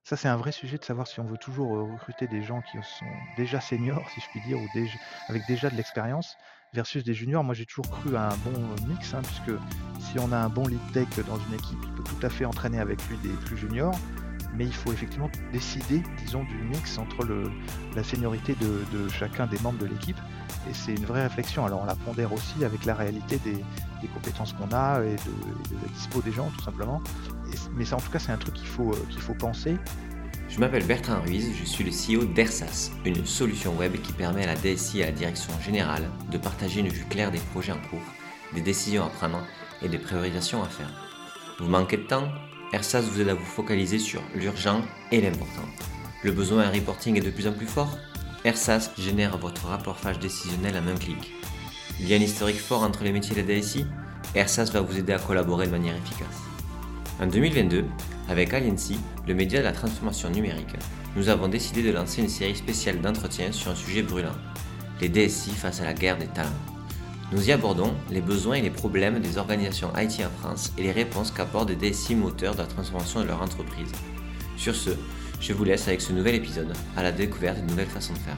Ça, c'est un vrai sujet de savoir si on veut toujours, recruter des gens qui sont déjà seniors, si je puis dire, ou avec déjà de l'expérience versus des juniors. Moi, j'ai toujours cru à un bon, mix, hein, puisque si on a un bon lead tech dans une équipe, il peut tout à fait entraîner avec lui des plus juniors, mais il faut effectivement décider, disons, du mix entre la seniorité de chacun des membres de l'équipe, et c'est une vraie réflexion. Alors on la pondère aussi avec la réalité des compétences qu'on a et de la dispo des gens, tout simplement. Mais ça, en tout cas, c'est un truc qu'il faut penser. Je m'appelle Bertrand Ruiz, je suis le CEO d'Ersas, une solution web qui permet à la DSI et à la direction générale de partager une vue claire des projets en cours, des décisions à prendre et des priorisations à faire. Vous manquez de temps? Ersas vous aide à vous focaliser sur l'urgent et l'important. Le besoin en reporting est de plus en plus fort? Ersas génère votre rapportage décisionnel en un clic. Il y a un historique fort entre les métiers et la DSI? Ersas va vous aider à collaborer de manière efficace. En 2022, avec Aliency, le média de la transformation numérique, nous avons décidé de lancer une série spéciale d'entretiens sur un sujet brûlant, les DSI face à la guerre des talents. Nous y abordons les besoins et les problèmes des organisations IT en France et les réponses qu'apportent des DSI moteurs de la transformation de leur entreprise. Sur ce, je vous laisse avec ce nouvel épisode, à la découverte de nouvelles façons de faire.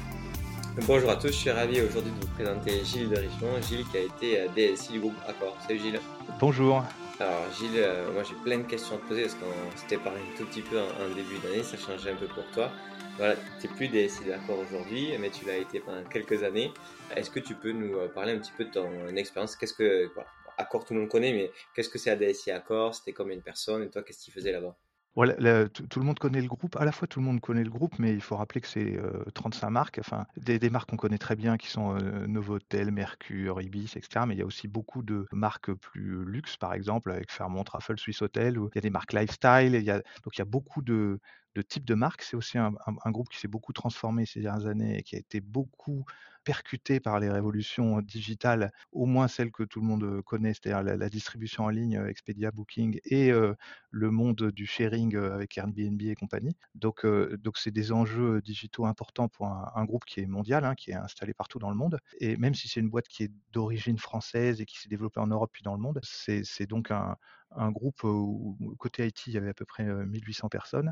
Bonjour à tous, je suis ravi aujourd'hui de vous présenter Gilles de Richemont. Gilles qui a été DSI du groupe Accor. Salut Gilles. Bonjour. Alors Gilles, moi j'ai plein de questions à te poser parce qu'on s'était parlé un tout petit peu en début d'année, ça changeait un peu pour toi. Voilà, tu n'es plus DSI d'Accor aujourd'hui, mais tu l'as été pendant quelques années. Est-ce que tu peux nous parler un petit peu de ton expérience? Accor tout le monde connaît, mais qu'est-ce que c'est la DSI Accor? C'était combien de personnes et toi qu'est-ce que tu faisais là-bas? Voilà, tout le monde connaît le groupe. À la fois, tout le monde connaît le groupe, mais il faut rappeler que c'est 35 marques, enfin des marques qu'on connaît très bien qui sont Novotel, Mercure, Ibis, etc. Mais il y a aussi beaucoup de marques plus luxe, par exemple, avec Fairmont, Raffles, Swiss Hotel, où il y a des marques lifestyle. Donc il y a beaucoup de types de marques. C'est aussi un groupe qui s'est beaucoup transformé ces dernières années et qui a été beaucoup percuté par les révolutions digitales, au moins celles que tout le monde connaît, c'est-à-dire la distribution en ligne, Expedia, Booking, et le monde du sharing avec Airbnb et compagnie. Donc c'est des enjeux digitaux importants pour un groupe qui est mondial, hein, qui est installé partout dans le monde. Et même si c'est une boîte qui est d'origine française et qui s'est développée en Europe puis dans le monde, c'est donc un groupe où côté IT, il y avait à peu près 1800 personnes.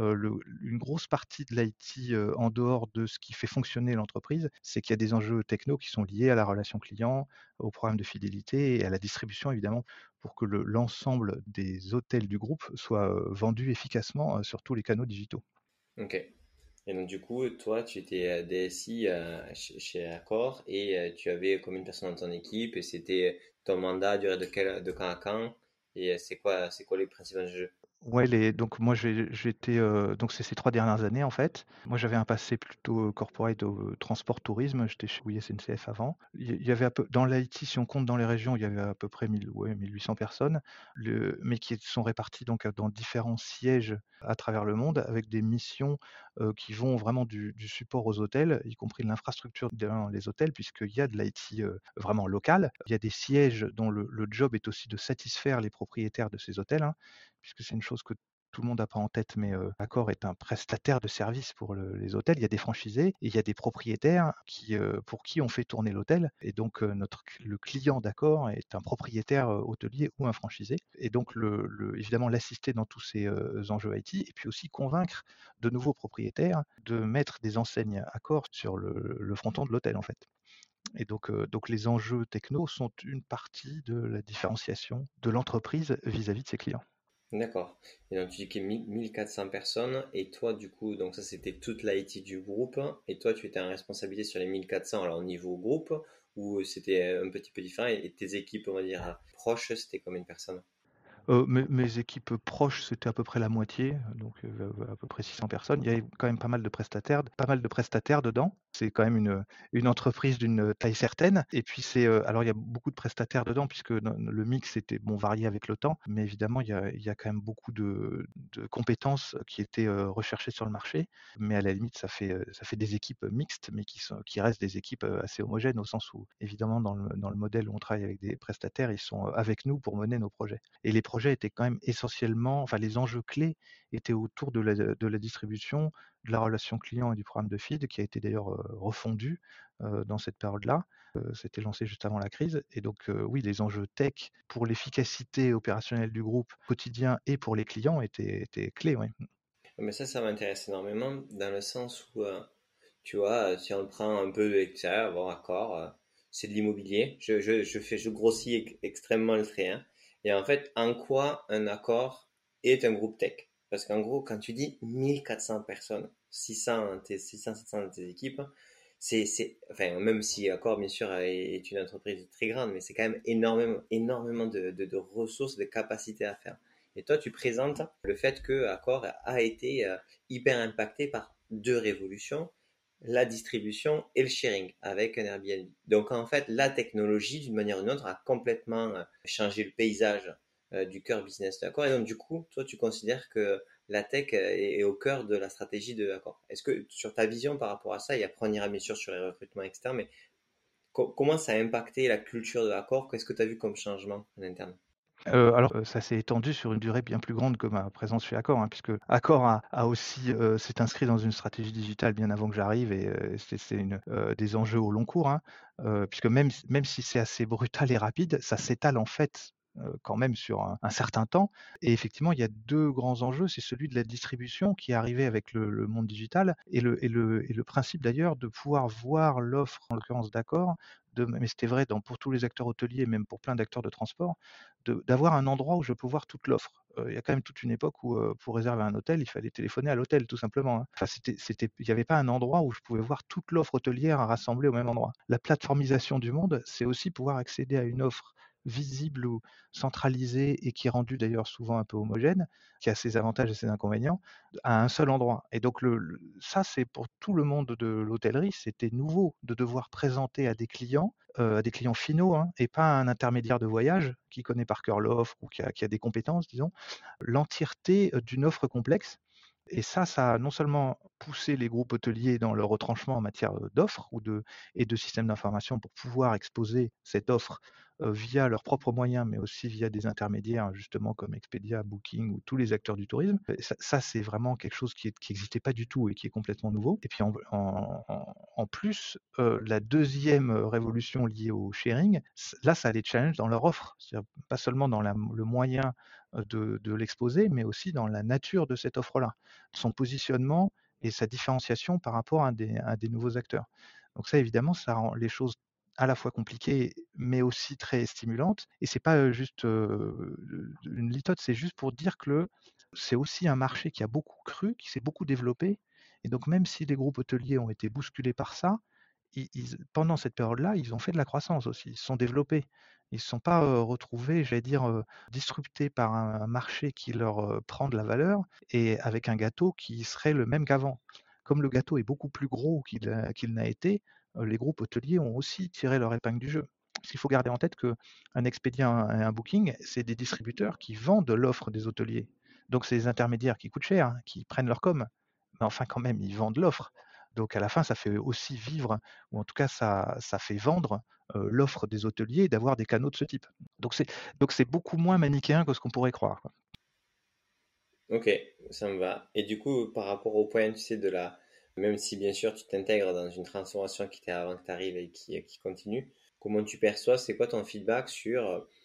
Une grosse partie de l'IT en dehors de ce qui fait fonctionner l'entreprise, c'est qu'il y a des enjeux techno qui sont liés à la relation client, au programme de fidélité et à la distribution évidemment pour que l'ensemble des hôtels du groupe soient vendus efficacement sur tous les canaux digitaux. Ok. Et donc du coup, toi, tu étais DSI chez Accor et tu avais combien de personnes dans ton équipe et c'était ton mandat durait de quand à quand et c'est quoi les principaux enjeux? Ouais, donc moi j'étais donc c'est ces 3 dernières années en fait. Moi j'avais un passé plutôt corporate au transport tourisme, j'étais chez oui SNCF avant. Il y avait dans l'IT, si on compte dans les régions, il y avait à peu près 1 800 personnes, mais qui sont réparties donc dans différents sièges à travers le monde avec des missions qui vont vraiment du support aux hôtels, y compris de l'infrastructure dans les hôtels, puisqu'il y a de l'IT vraiment local. Il y a des sièges dont le job est aussi de satisfaire les propriétaires de ces hôtels, hein, puisque c'est une chose que tout le monde n'a pas en tête, mais Accor est un prestataire de services pour les hôtels. Il y a des franchisés et il y a des propriétaires pour qui on fait tourner l'hôtel. Et donc, le client d'Accor est un propriétaire hôtelier ou un franchisé. Et donc, évidemment, l'assister dans tous ces enjeux IT et puis aussi convaincre de nouveaux propriétaires de mettre des enseignes Accor sur le fronton de l'hôtel, en fait. Et donc les enjeux techno sont une partie de la différenciation de l'entreprise vis-à-vis de ses clients. D'accord. Et donc tu dis qu'il y a 1400 personnes et toi du coup, donc ça c'était toute l'IT du groupe et toi tu étais en responsabilité sur les 1400 alors au niveau groupe ou c'était un petit peu différent et tes équipes on va dire proches c'était combien de personnes? Mes équipes proches, c'était à peu près la moitié, donc à peu près 600 personnes. Il y avait quand même pas mal de prestataires dedans. C'est quand même une entreprise d'une taille certaine et puis alors il y a beaucoup de prestataires dedans puisque le mix était, bon, varié avec le temps, mais évidemment il y a quand même beaucoup de compétences qui étaient recherchées sur le marché. Mais à la limite, ça fait des équipes mixtes, mais qui restent des équipes assez homogènes au sens où évidemment dans le modèle où on travaille avec des prestataires, ils sont avec nous pour mener nos projets. Et les projets étaient quand même essentiellement, enfin les enjeux clés étaient autour de la distribution, de la relation client et du programme de feed qui a été d'ailleurs refondu dans cette période-là. C'était lancé juste avant la crise. Et donc oui, les enjeux tech pour l'efficacité opérationnelle du groupe quotidien et pour les clients étaient clés. Ouais. Mais ça m'intéresse énormément dans le sens où, tu vois, si on prend un peu de l'extérieur, bon, d'accord, c'est de l'immobilier. Je grossis extrêmement le trait, hein. Et en fait, en quoi un accord est un groupe tech? Parce qu'en gros, quand tu dis 1400 personnes, 600, 600, 700 de tes équipes, enfin, même si Accor, bien sûr, est une entreprise très grande, mais c'est quand même énormément, énormément de ressources, de capacités à faire. Et toi, tu présentes le fait que Accor a été hyper impacté par deux révolutions, la distribution et le sharing avec un Airbnb. Donc en fait, la technologie, d'une manière ou d'une autre, a complètement changé le paysage du cœur business d'Accor. Et donc du coup, toi, tu considères que la tech est au cœur de la stratégie de Accor. Est-ce que sur ta vision par rapport à ça, et après on ira bien sûr sur les recrutements externes, mais comment ça a impacté la culture de Accor? Qu'est-ce que tu as vu comme changement en interne? Ça s'est étendu sur une durée bien plus grande que ma présence chez Accor, hein, puisque Accor a aussi, s'est inscrit dans une stratégie digitale bien avant que j'arrive et c'est des enjeux au long cours, hein, puisque même si c'est assez brutal et rapide, ça s'étale en fait, quand même sur un certain temps et effectivement, il y a 2 grands enjeux. C'est celui de la distribution qui est arrivé avec le monde digital et le principe d'ailleurs de pouvoir voir l'offre, en l'occurrence d'Accor, mais c'était vrai pour tous les acteurs hôteliers, même pour plein d'acteurs de transport, d'avoir un endroit où je peux voir toute l'offre. Il y a quand même toute une époque où, pour réserver un hôtel, il fallait téléphoner à l'hôtel tout simplement, hein. Enfin, il n'y avait pas un endroit où je pouvais voir toute l'offre hôtelière rassemblée au même endroit. La plateformisation du monde, c'est aussi pouvoir accéder à une offre visible ou centralisée et qui est rendue d'ailleurs souvent un peu homogène, qui a ses avantages et ses inconvénients, à un seul endroit. Et donc ça, c'est pour tout le monde de l'hôtellerie, c'était nouveau de devoir présenter à des clients finaux, hein, et pas à un intermédiaire de voyage qui connaît par cœur l'offre ou qui a des compétences, disons, l'entièreté d'une offre complexe. Et ça a non seulement poussé les groupes hôteliers dans leur retranchement en matière d'offres et de systèmes d'information pour pouvoir exposer cette offre via leurs propres moyens, mais aussi via des intermédiaires, justement comme Expedia, Booking ou tous les acteurs du tourisme. Et ça c'est vraiment quelque chose qui n'existait pas du tout et qui est complètement nouveau. Et puis en plus, la deuxième révolution liée au sharing, là, ça les challenge dans leur offre. C'est-à-dire pas seulement dans le moyen de l'exposer, mais aussi dans la nature de cette offre-là, son positionnement et sa différenciation par rapport à des nouveaux acteurs. Donc ça, évidemment, ça rend les choses à la fois compliquées, mais aussi très stimulantes. Et c'est pas juste une litote, c'est juste pour dire que c'est aussi un marché qui a beaucoup cru, qui s'est beaucoup développé. Et donc même si les groupes hôteliers ont été bousculés par ça, pendant cette période-là, ils ont fait de la croissance aussi, ils se sont développés. Ils ne se sont pas retrouvés, j'allais dire, disruptés par un marché qui leur prend de la valeur et avec un gâteau qui serait le même qu'avant. Comme le gâteau est beaucoup plus gros qu'il n'a été, les groupes hôteliers ont aussi tiré leur épingle du jeu. Parce qu'il faut garder en tête qu'un Expedia et un Booking, c'est des distributeurs qui vendent l'offre des hôteliers. Donc c'est des intermédiaires qui coûtent cher, hein, qui prennent leur com. Mais enfin quand même, ils vendent l'offre. Donc à la fin, ça fait aussi vivre, ou en tout cas ça fait vendre l'offre des hôteliers d'avoir des canaux de ce type. Donc c'est beaucoup moins manichéen que ce qu'on pourrait croire, quoi. Ok, ça me va. Et du coup, par rapport au point, tu sais, même si bien sûr tu t'intègres dans une transformation qui était avant que tu arrives et qui continue, comment tu perçois, c'est quoi ton feedback sur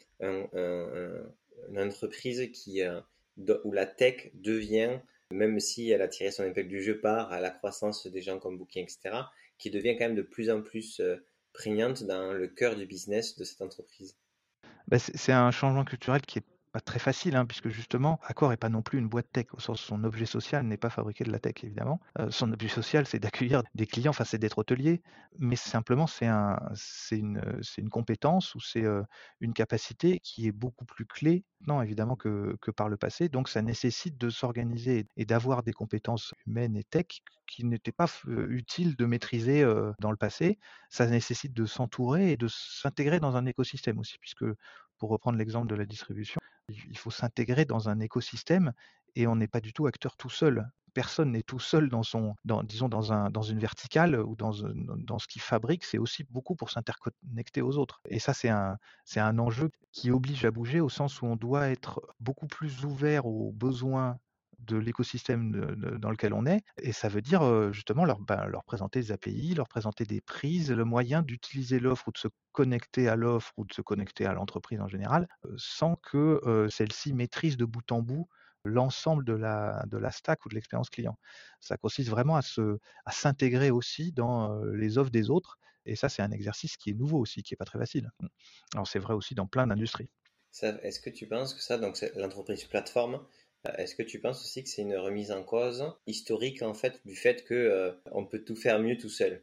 une entreprise où la tech devient, même si elle a tiré son épingle du jeu par à la croissance des gens comme Booking, etc., qui devient quand même de plus en plus prégnante dans le cœur du business de cette entreprise? Bah, c'est un changement culturel qui est pas très facile, hein, puisque justement, Accor est pas non plus une boîte tech, au sens où son objet social n'est pas fabriquer de la tech, évidemment. Son objet social, c'est d'accueillir des clients, enfin, c'est d'être hôtelier, mais simplement, c'est une compétence ou c'est une capacité qui est beaucoup plus clé maintenant, évidemment, que par le passé. Donc, ça nécessite de s'organiser et d'avoir des compétences humaines et tech qui n'étaient pas utiles de maîtriser dans le passé. Ça nécessite de s'entourer et de s'intégrer dans un écosystème aussi, puisque pour reprendre l'exemple de la distribution, il faut s'intégrer dans un écosystème et on n'est pas du tout acteur tout seul. Personne n'est tout seul disons dans une verticale ou dans ce qu'il fabrique. C'est aussi beaucoup pour s'interconnecter aux autres. Et ça, c'est un enjeu qui oblige à bouger au sens où on doit être beaucoup plus ouvert aux besoins de l'écosystème dans lequel on est. Et ça veut dire justement leur présenter des API, leur présenter des prises, le moyen d'utiliser l'offre ou de se connecter à l'offre ou de se connecter à l'entreprise en général, sans que celle-ci maîtrise de bout en bout l'ensemble de la stack ou de l'expérience client. Ça consiste vraiment à s'intégrer aussi dans les offres des autres. Et ça, c'est un exercice qui est nouveau aussi, qui est pas très facile. Alors c'est vrai aussi dans plein d'industries. Est-ce que tu penses que ça, donc c'est l'entreprise plateforme, est-ce que tu penses aussi que c'est une remise en cause historique en fait du fait que on peut tout faire mieux tout seul?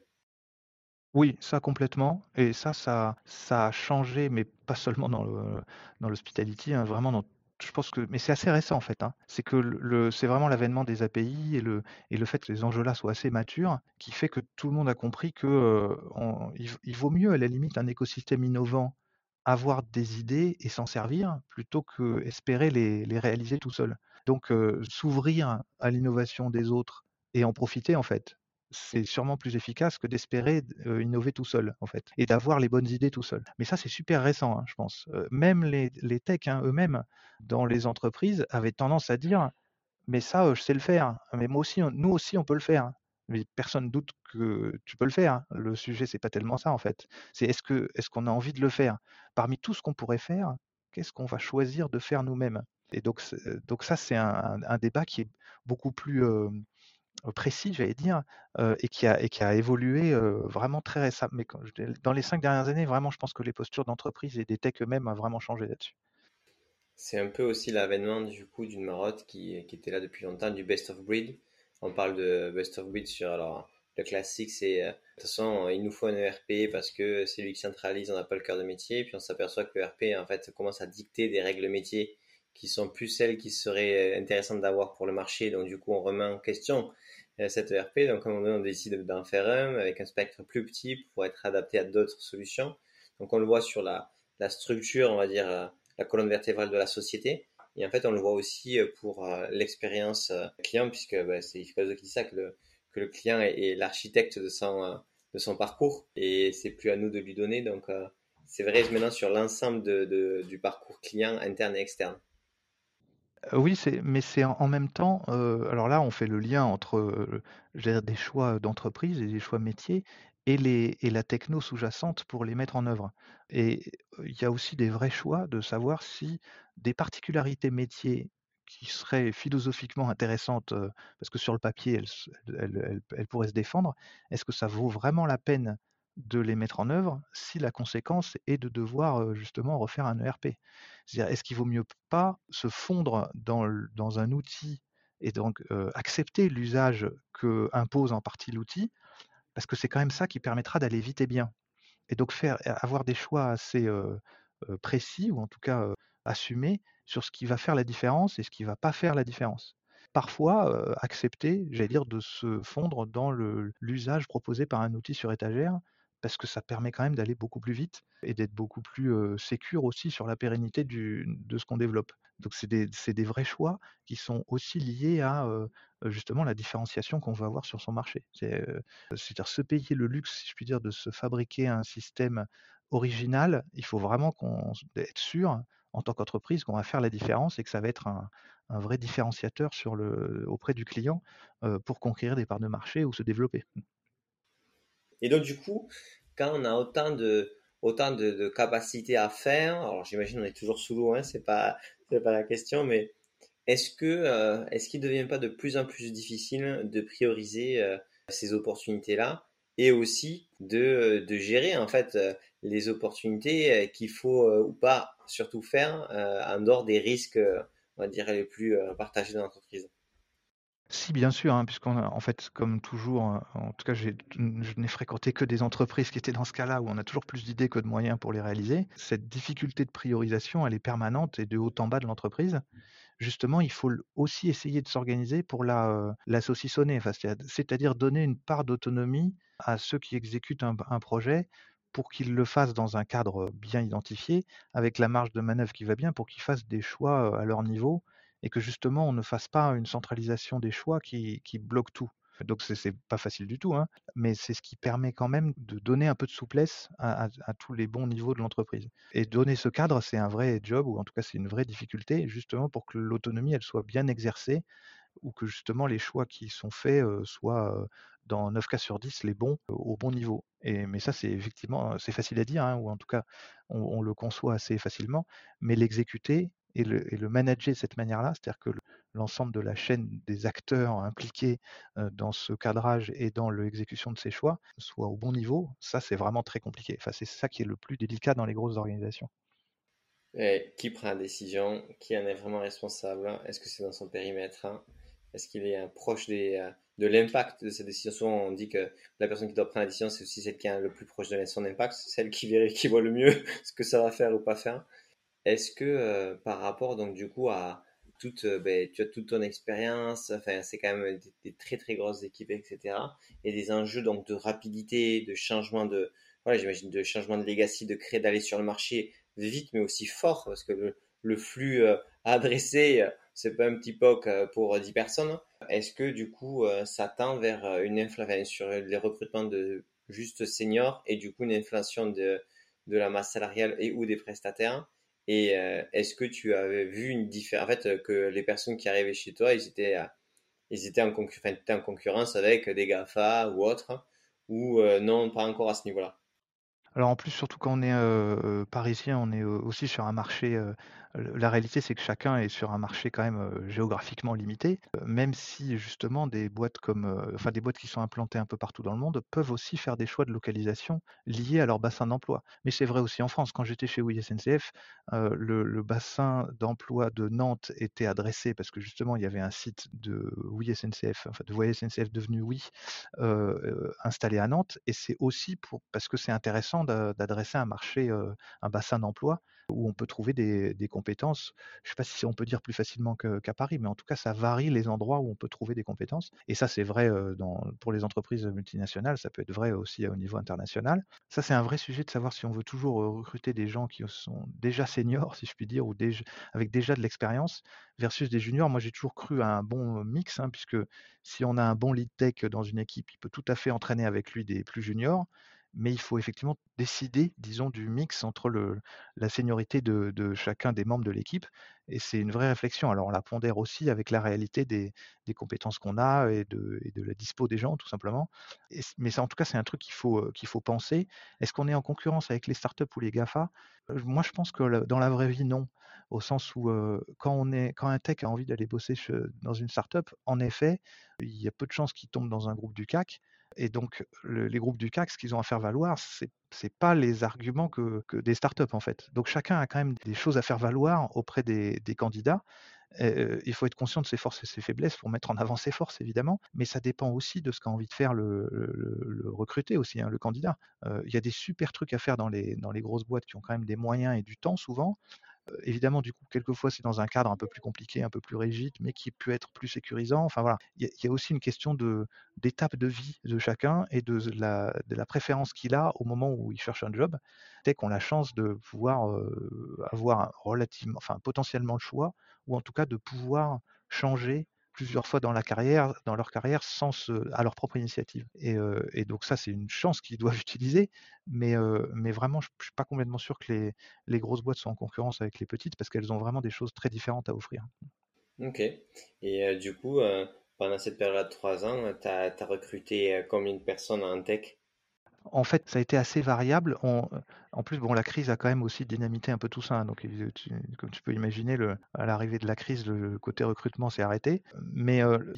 Oui, ça complètement. Et ça a changé, mais pas seulement dans l'hospitality, hein, vraiment dans, je pense que, mais c'est assez récent en fait, hein. C'est que c'est vraiment l'avènement des API et le fait que ces enjeux-là soient assez matures qui fait que tout le monde a compris que il vaut mieux à la limite un écosystème innovant, avoir des idées et s'en servir plutôt que espérer les réaliser tout seul. Donc s'ouvrir à l'innovation des autres et en profiter en fait, c'est sûrement plus efficace que d'espérer innover tout seul, en fait, et d'avoir les bonnes idées tout seul. Mais ça, c'est super récent, hein, je pense. Même les techs, hein, eux-mêmes, dans les entreprises, avaient tendance à dire: «Mais ça, je sais le faire. Mais moi aussi, nous aussi, on peut le faire». Mais personne doute que tu peux le faire, hein. Le sujet, c'est pas tellement ça, en fait. C'est est-ce qu'on a envie de le faire? Parmi tout ce qu'on pourrait faire, qu'est-ce qu'on va choisir de faire nous-mêmes? Et donc ça, c'est un débat qui est beaucoup plus, précis, j'allais dire, et qui a évolué, vraiment très récemment. Mais dans les 5 dernières années, vraiment, je pense que les postures d'entreprise et des techs eux-mêmes a vraiment changé là-dessus. C'est un peu aussi l'avènement du coup d'une marotte qui était là depuis longtemps, du best of breed. On parle de best of breed sur, alors le classique c'est de toute façon il nous faut un ERP parce que c'est lui qui centralise, on n'a pas le cœur de métier, puis on s'aperçoit que le ERP en fait commence à dicter des règles métiers qui sont plus celles qui seraient intéressantes d'avoir pour le marché, donc du coup on remet en question cet ERP, donc à un moment donné on décide d'en faire un avec un spectre plus petit pour être adapté à d'autres solutions. Donc on le voit sur la structure, on va dire la colonne vertébrale de la société. Et en fait, on le voit aussi pour l'expérience client, puisque bah, c'est Yves qui dit ça, que le client est l'architecte de son parcours, et c'est plus à nous de lui donner. Donc, c'est vrai maintenant sur l'ensemble du parcours client interne et externe. Oui, mais c'est en même temps, alors là, on fait le lien entre, je veux dire des choix d'entreprise et des choix métiers et la techno sous-jacente pour les mettre en œuvre. Et il y a aussi des vrais choix de savoir si des particularités métiers qui seraient philosophiquement intéressantes, parce que sur le papier, elles pourraient se défendre, est-ce que ça vaut vraiment la peine de les mettre en œuvre si la conséquence est de devoir, justement refaire un ERP? C'est-à-dire, est-ce qu'il vaut mieux pas se fondre dans un outil et donc accepter l'usage que impose en partie l'outil, parce que c'est quand même ça qui permettra d'aller vite et bien. Et donc avoir des choix assez précis ou en tout cas assumés sur ce qui va faire la différence et ce qui va pas faire la différence. Parfois, accepter, j'allais dire, de se fondre dans l'usage proposé par un outil sur étagère, parce que ça permet quand même d'aller beaucoup plus vite et d'être beaucoup plus sécure aussi sur la pérennité de ce qu'on développe. Donc c'est des vrais choix qui sont aussi liés à justement la différenciation qu'on va avoir sur son marché. C'est-à-dire se payer le luxe, si je puis dire, de se fabriquer un système original. Il faut vraiment être sûr, en tant qu'entreprise, qu'on va faire la différence et que ça va être un vrai différenciateur auprès du client pour conquérir des parts de marché ou se développer. Et donc, du coup, quand on a autant de capacités à faire, alors j'imagine on est toujours sous l'eau, hein, c'est pas la question, mais est-ce qu'il ne devient pas de plus en plus difficile de prioriser ces opportunités-là et aussi de gérer en fait les opportunités qu'il faut ou pas surtout faire en dehors des risques, on va dire, les plus partagés dans l'entreprise? Si, bien sûr, hein, puisqu'on a, en fait, comme toujours, en tout cas, je n'ai fréquenté que des entreprises qui étaient dans ce cas-là, où on a toujours plus d'idées que de moyens pour les réaliser. Cette difficulté de priorisation, elle est permanente et de haut en bas de l'entreprise. Justement, il faut aussi essayer de s'organiser pour la saucissonner, enfin, c'est-à-dire donner une part d'autonomie à ceux qui exécutent un projet pour qu'ils le fassent dans un cadre bien identifié, avec la marge de manœuvre qui va bien, pour qu'ils fassent des choix à leur niveau et que justement on ne fasse pas une centralisation des choix qui bloque tout. Donc c'est pas facile du tout, hein, mais c'est ce qui permet quand même de donner un peu de souplesse à tous les bons niveaux de l'entreprise. Et donner ce cadre, c'est un vrai job, ou en tout cas c'est une vraie difficulté, justement pour que l'autonomie, elle soit bien exercée, ou que justement les choix qui sont faits soient dans 9 cas sur 10 les bons au bon niveau. Mais ça, c'est effectivement, c'est facile à dire, hein, ou en tout cas on le conçoit assez facilement, mais l'exécuter, et le manager de cette manière-là, c'est-à-dire que l'ensemble de la chaîne des acteurs impliqués dans ce cadrage et dans l'exécution de ces choix soit au bon niveau, ça c'est vraiment très compliqué. Enfin, c'est ça qui est le plus délicat dans les grosses organisations. Et qui prend la décision? Qui en est vraiment responsable? Est-ce que c'est dans son périmètre? Est-ce qu'il est proche de l'impact de cette décision? Souvent, on dit que la personne qui doit prendre la décision, c'est aussi celle qui est le plus proche de son impact, celle qui voit le mieux ce que ça va faire ou pas faire. Est-ce que par rapport donc du coup à tu as toute ton expérience, enfin c'est quand même des très très grosses équipes, etc. Et des enjeux donc de rapidité, de changement voilà, j'imagine de changement de legacy, de créer, d'aller sur le marché vite mais aussi fort parce que le flux à adresser, c'est pas un petit POC pour 10 personnes. Est-ce que du coup ça tend vers une inflation sur les recrutements de juste seniors et du coup une inflation de la masse salariale et ou des prestataires? Et est-ce que tu avais vu une différence, en fait, que les personnes qui arrivaient chez toi, ils étaient enfin, t'étais en concurrence avec des GAFA ou autres, ou non, pas encore à ce niveau-là? Alors en plus, surtout quand on est, parisien, on est, aussi sur un marché, la réalité, c'est que chacun est sur un marché quand même, géographiquement limité, même si justement des boîtes comme, enfin des boîtes qui sont implantées un peu partout dans le monde peuvent aussi faire des choix de localisation liés à leur bassin d'emploi. Mais c'est vrai aussi en France. Quand j'étais chez Oui SNCF, le bassin d'emploi de Nantes était adressé parce que justement il y avait un site de Oui SNCF, enfin de Voies SNCF devenu Oui, installé à Nantes, et c'est aussi parce que c'est intéressant d'adresser un marché, un bassin d'emploi où on peut trouver des compétences. Je ne sais pas si on peut dire plus facilement qu'à Paris, mais en tout cas, ça varie les endroits où on peut trouver des compétences. Et ça, c'est vrai pour les entreprises multinationales, ça peut être vrai aussi au niveau international. Ça, c'est un vrai sujet de savoir si on veut toujours recruter des gens qui sont déjà seniors, si je puis dire, ou avec déjà de l'expérience, versus des juniors. Moi, j'ai toujours cru à un bon mix, hein, puisque si on a un bon lead tech dans une équipe, il peut tout à fait entraîner avec lui des plus juniors, mais il faut effectivement décider, disons, du mix entre la seniorité de chacun des membres de l'équipe, et c'est une vraie réflexion. Alors on la pondère aussi avec la réalité des compétences qu'on a et de la dispo des gens, tout simplement. Mais ça, en tout cas, c'est un truc qu'il faut penser. Est-ce qu'on est en concurrence avec les startups ou les GAFA? Moi, je pense que dans la vraie vie, non. Au sens où quand un tech a envie d'aller bosser dans une startup, en effet, il y a peu de chances qu'ils tombent dans un groupe du CAC. Et donc, les groupes du CAC, ce qu'ils ont à faire valoir, c'est pas les arguments que des startups, en fait. Donc, chacun a quand même des choses à faire valoir auprès des candidats. Il faut être conscient de ses forces et ses faiblesses pour mettre en avant ses forces, évidemment, mais ça dépend aussi de ce qu'a envie de faire le recruté aussi, hein, le candidat. Il y a des super trucs à faire dans les grosses boîtes qui ont quand même des moyens et du temps souvent. Évidemment, du coup, quelquefois, c'est dans un cadre un peu plus compliqué, un peu plus rigide, mais qui peut être plus sécurisant. Enfin voilà, il y a aussi une question d'étape de vie de chacun et de la préférence qu'il a au moment où il cherche un job. Dès qu'on a la chance de pouvoir avoir relativement, enfin potentiellement le choix, ou en tout cas de pouvoir changer plusieurs fois dans leur carrière à leur propre initiative. Et donc ça, c'est une chance qu'ils doivent utiliser, mais vraiment, je ne suis pas complètement sûr que les grosses boîtes sont en concurrence avec les petites parce qu'elles ont vraiment des choses très différentes à offrir. Ok. Et du coup, pendant cette période de 3 ans, tu as recruté combien de personnes en tech? En fait, ça a été assez variable. En plus, bon, la crise a quand même aussi dynamité un peu tout ça, hein. Donc, comme tu peux imaginer, à l'arrivée de la crise, le côté recrutement s'est arrêté. Mais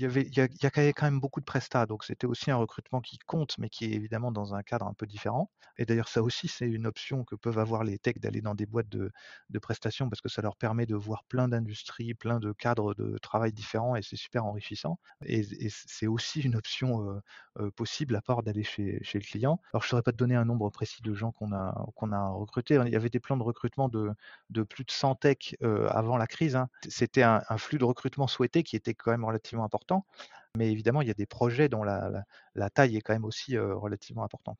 il y a quand même beaucoup de prestats. Donc, c'était aussi un recrutement qui compte, mais qui est évidemment dans un cadre un peu différent. Et d'ailleurs, ça aussi, c'est une option que peuvent avoir les techs d'aller dans des boîtes de prestations parce que ça leur permet de voir plein d'industries, plein de cadres de travail différents et c'est super enrichissant. Et c'est aussi une option possible à part d'aller chez le client. Alors je ne saurais pas te donner un nombre précis de gens qu'on a recrutés. Il y avait des plans de recrutement de plus de 100 techs avant la crise, hein. C'était un flux de recrutement souhaité qui était quand même relativement important. Mais évidemment, il y a des projets dont la taille est quand même aussi relativement importante.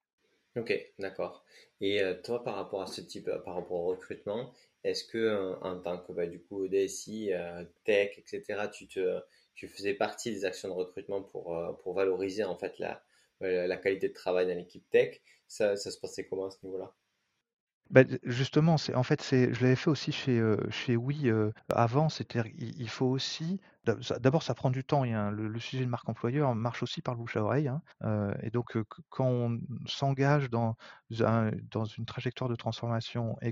Ok, d'accord. Et toi, par rapport à ce type, par rapport au recrutement, est-ce que en tant que du coup DSI, tech, etc., tu faisais partie des actions de recrutement pour valoriser en fait la qualité de travail dans l'équipe tech? Ça se passait comment à ce niveau-là? Bah, justement, je l'avais fait aussi chez Oui, avant, il faut aussi D'abord, ça prend du temps. Le sujet de marque employeur marche aussi par le bouche à oreille, hein. Et donc, quand on s'engage dans une trajectoire de transformation et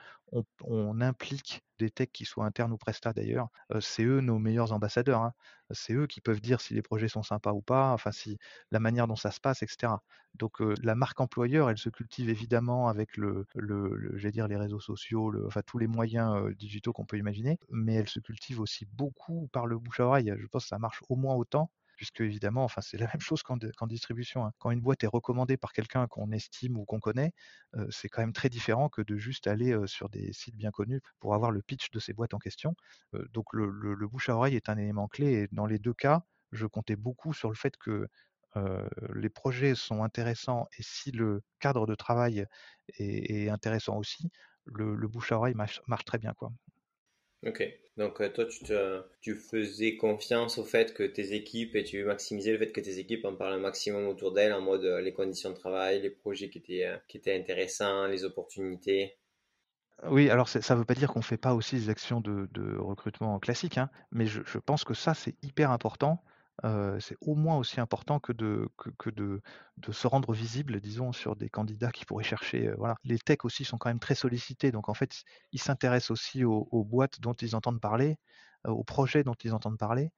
qu'on implique des techs qui soient internes ou prestats d'ailleurs, c'est eux nos meilleurs ambassadeurs, hein. C'est eux qui peuvent dire si les projets sont sympas ou pas, enfin si la manière dont ça se passe, et cetera. Donc, la marque employeur, elle se cultive évidemment avec j'allais dire les réseaux sociaux, enfin tous les moyens digitaux qu'on peut imaginer, mais elle se cultive aussi beaucoup par le bouche à oreille. Je pense que ça marche au moins autant, puisque évidemment, enfin c'est la même chose qu'en distribution, hein. Quand une boîte est recommandée par quelqu'un qu'on estime ou qu'on connaît, c'est quand même très différent que de juste aller sur des sites bien connus pour avoir le pitch de ces boîtes en question. Donc le bouche à oreille est un élément clé, et dans les deux cas, je comptais beaucoup sur le fait que les projets sont intéressants, et si le cadre de travail est intéressant aussi, le bouche à oreille marche très bien, quoi. Ok. Donc toi, tu faisais confiance au fait que tes équipes, et tu maximisais le fait que tes équipes en parlent un maximum autour d'elles, en mode les conditions de travail, les projets qui étaient intéressants, les opportunités. Oui, alors ça ne veut pas dire qu'on ne fait pas aussi des actions de recrutement classiques, hein, mais je pense que ça, c'est hyper important. C'est au moins aussi important que de se rendre visible, disons, sur des candidats qui pourraient chercher. Voilà. Les techs aussi sont quand même très sollicités, donc en fait, ils s'intéressent aussi aux boîtes dont ils entendent parler, aux projets dont ils entendent parler.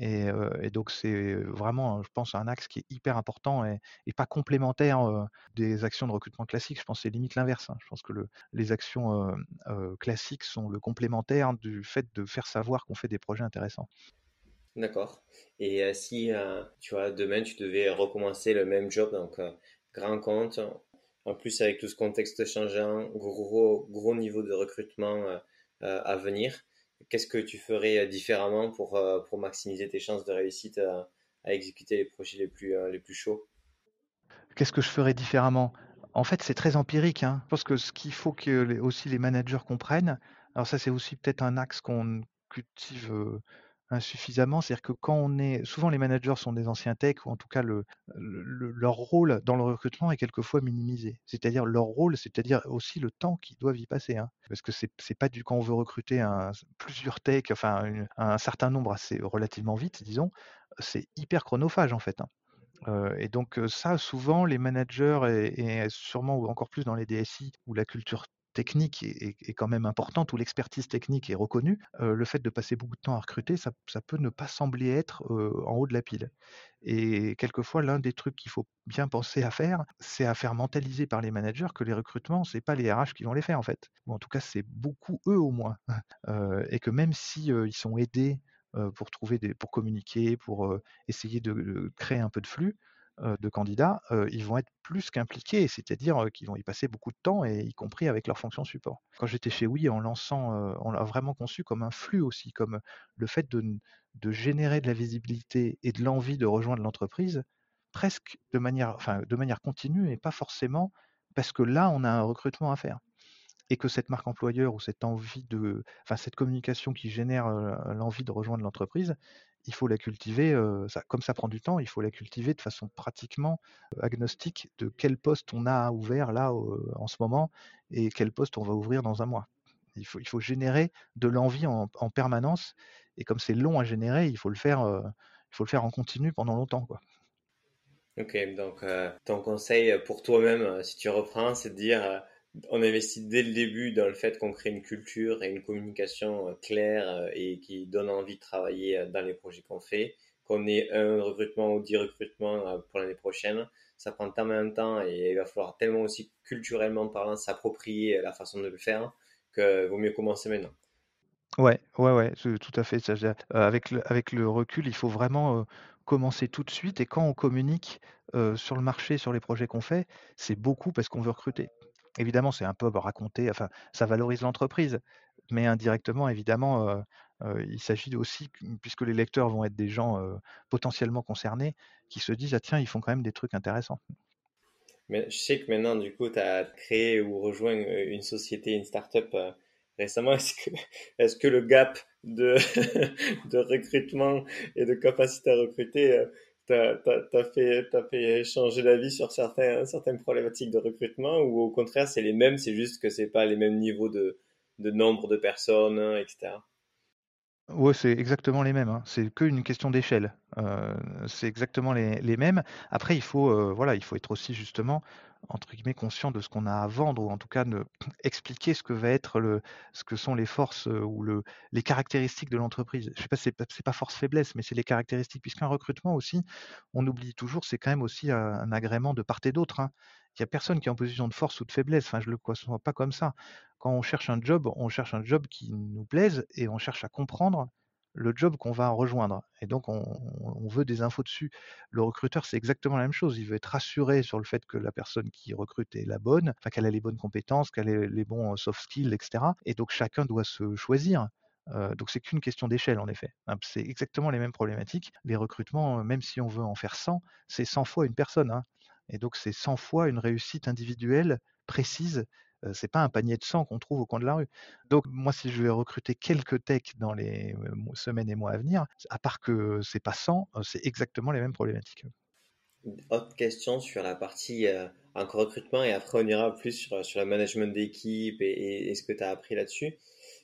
Et donc, c'est vraiment, je pense, un axe qui est hyper important, et pas complémentaire des actions de recrutement classiques. Je pense que c'est limite l'inverse, hein. Je pense que les actions classiques sont le complémentaire du fait de faire savoir qu'on fait des projets intéressants. D'accord. Et si, tu vois, demain, tu devais recommencer le même job, donc grand compte, en plus avec tout ce contexte changeant, gros niveau de recrutement à venir, qu'est-ce que tu ferais différemment pour maximiser tes chances de réussite à exécuter les projets les plus chauds? Qu'est-ce que je ferais différemment? En fait, c'est très empirique, hein. Je pense que ce qu'il faut que aussi les managers comprennent, alors ça, c'est aussi peut-être un axe qu'on cultive insuffisamment, c'est-à-dire que souvent les managers sont des anciens techs, ou en tout cas leur rôle dans le recrutement est quelquefois minimisé. C'est-à-dire leur rôle, c'est-à-dire aussi le temps qu'ils doivent y passer, hein. Parce que c'est pas quand on veut recruter plusieurs techs, enfin un certain nombre assez relativement vite, disons, c'est hyper chronophage en fait, hein. Et donc ça, souvent, les managers, et sûrement ou encore plus dans les DSI où la culture technique est quand même importante, où l'expertise technique est reconnue, le fait de passer beaucoup de temps à recruter, ça peut ne pas sembler être en haut de la pile. Et quelquefois, l'un des trucs qu'il faut bien penser à faire, c'est à faire mentaliser par les managers que les recrutements, c'est pas les RH qui vont les faire en fait. Ou en tout cas, c'est beaucoup eux au moins. Et que même si ils sont aidés pour communiquer, pour essayer de créer un peu de flux de candidats, ils vont être plus qu'impliqués, c'est-à-dire qu'ils vont y passer beaucoup de temps, et y compris avec leur fonction support. Quand j'étais chez Oui, on l'a vraiment conçu comme un flux aussi, comme le fait de générer de la visibilité et de l'envie de rejoindre l'entreprise, presque de manière continue, et pas forcément parce que là, on a un recrutement à faire. Et que cette marque employeur, ou cette communication qui génère l'envie de rejoindre l'entreprise, il faut la cultiver, comme ça prend du temps, il faut la cultiver de façon pratiquement agnostique de quel poste on a ouvert là en ce moment, et quel poste on va ouvrir dans un mois. Il faut générer de l'envie en permanence, et comme c'est long à générer, il faut le faire en continu pendant longtemps, quoi. Ok, donc ton conseil pour toi-même, si tu reprends, c'est de dire on investit dès le début dans le fait qu'on crée une culture et une communication claire et qui donne envie de travailler dans les projets qu'on fait, qu'on ait un recrutement ou 10 recrutements pour l'année prochaine. Ça prend tellement de temps et il va falloir tellement aussi culturellement parlant s'approprier la façon de le faire que vaut mieux commencer maintenant. Ouais, ouais, ouais, tout à fait. Avec le recul, il faut vraiment commencer tout de suite. Et quand on communique sur le marché, sur les projets qu'on fait, c'est beaucoup parce qu'on veut recruter. Évidemment, c'est un peu raconter, enfin, ça valorise l'entreprise, mais indirectement, évidemment, il s'agit aussi, puisque les lecteurs vont être des gens potentiellement concernés, qui se disent, ah tiens, ils font quand même des trucs intéressants. Mais je sais que maintenant, du coup, tu as créé ou rejoint une société, une start-up récemment. Est-ce que le gap de, de recrutement et de capacité à recruter t'as fait changer d'avis sur certaines problématiques de recrutement ou au contraire, c'est les mêmes, c'est juste que c'est pas les mêmes niveaux de nombre de personnes, etc. Ouais, c'est exactement les mêmes, hein. C'est qu'une question d'échelle. C'est exactement les mêmes. Après, il faut, voilà, il faut être aussi justement, entre guillemets, «conscient» de ce qu'on a à vendre ou en tout cas de expliquer ce que va être ce que sont les forces, ou les caractéristiques de l'entreprise. Je sais pas, c'est pas force-faiblesse, mais c'est les caractéristiques. Puisqu'un recrutement aussi, on oublie toujours, c'est quand même aussi un agrément de part et d'autre, hein. Il y a personne qui est en position de force ou de faiblesse. Enfin, je le conçois pas comme ça. Quand on cherche un job qui nous plaise et on cherche à comprendre le job qu'on va rejoindre et donc on veut des infos dessus. Le recruteur, c'est exactement la même chose. Il veut être rassuré sur le fait que la personne qui recrute est la bonne, enfin qu'elle a les bonnes compétences, qu'elle ait les bons soft skills, et cetera et donc chacun doit se choisir. Donc c'est qu'une question d'échelle en effet, hein. C'est exactement les mêmes problématiques. Les recrutements, même si on veut en faire 100, c'est 100 fois une personne, hein et donc c'est 100 fois une réussite individuelle précise. C'est pas un panier de 100 qu'on trouve au coin de la rue. Donc moi, si je vais recruter quelques techs dans les semaines et mois à venir, à part que c'est pas 100, c'est exactement les mêmes problématiques. Autre question sur la partie encore recrutement et après on ira plus sur le management d'équipe et ce que tu as appris là-dessus.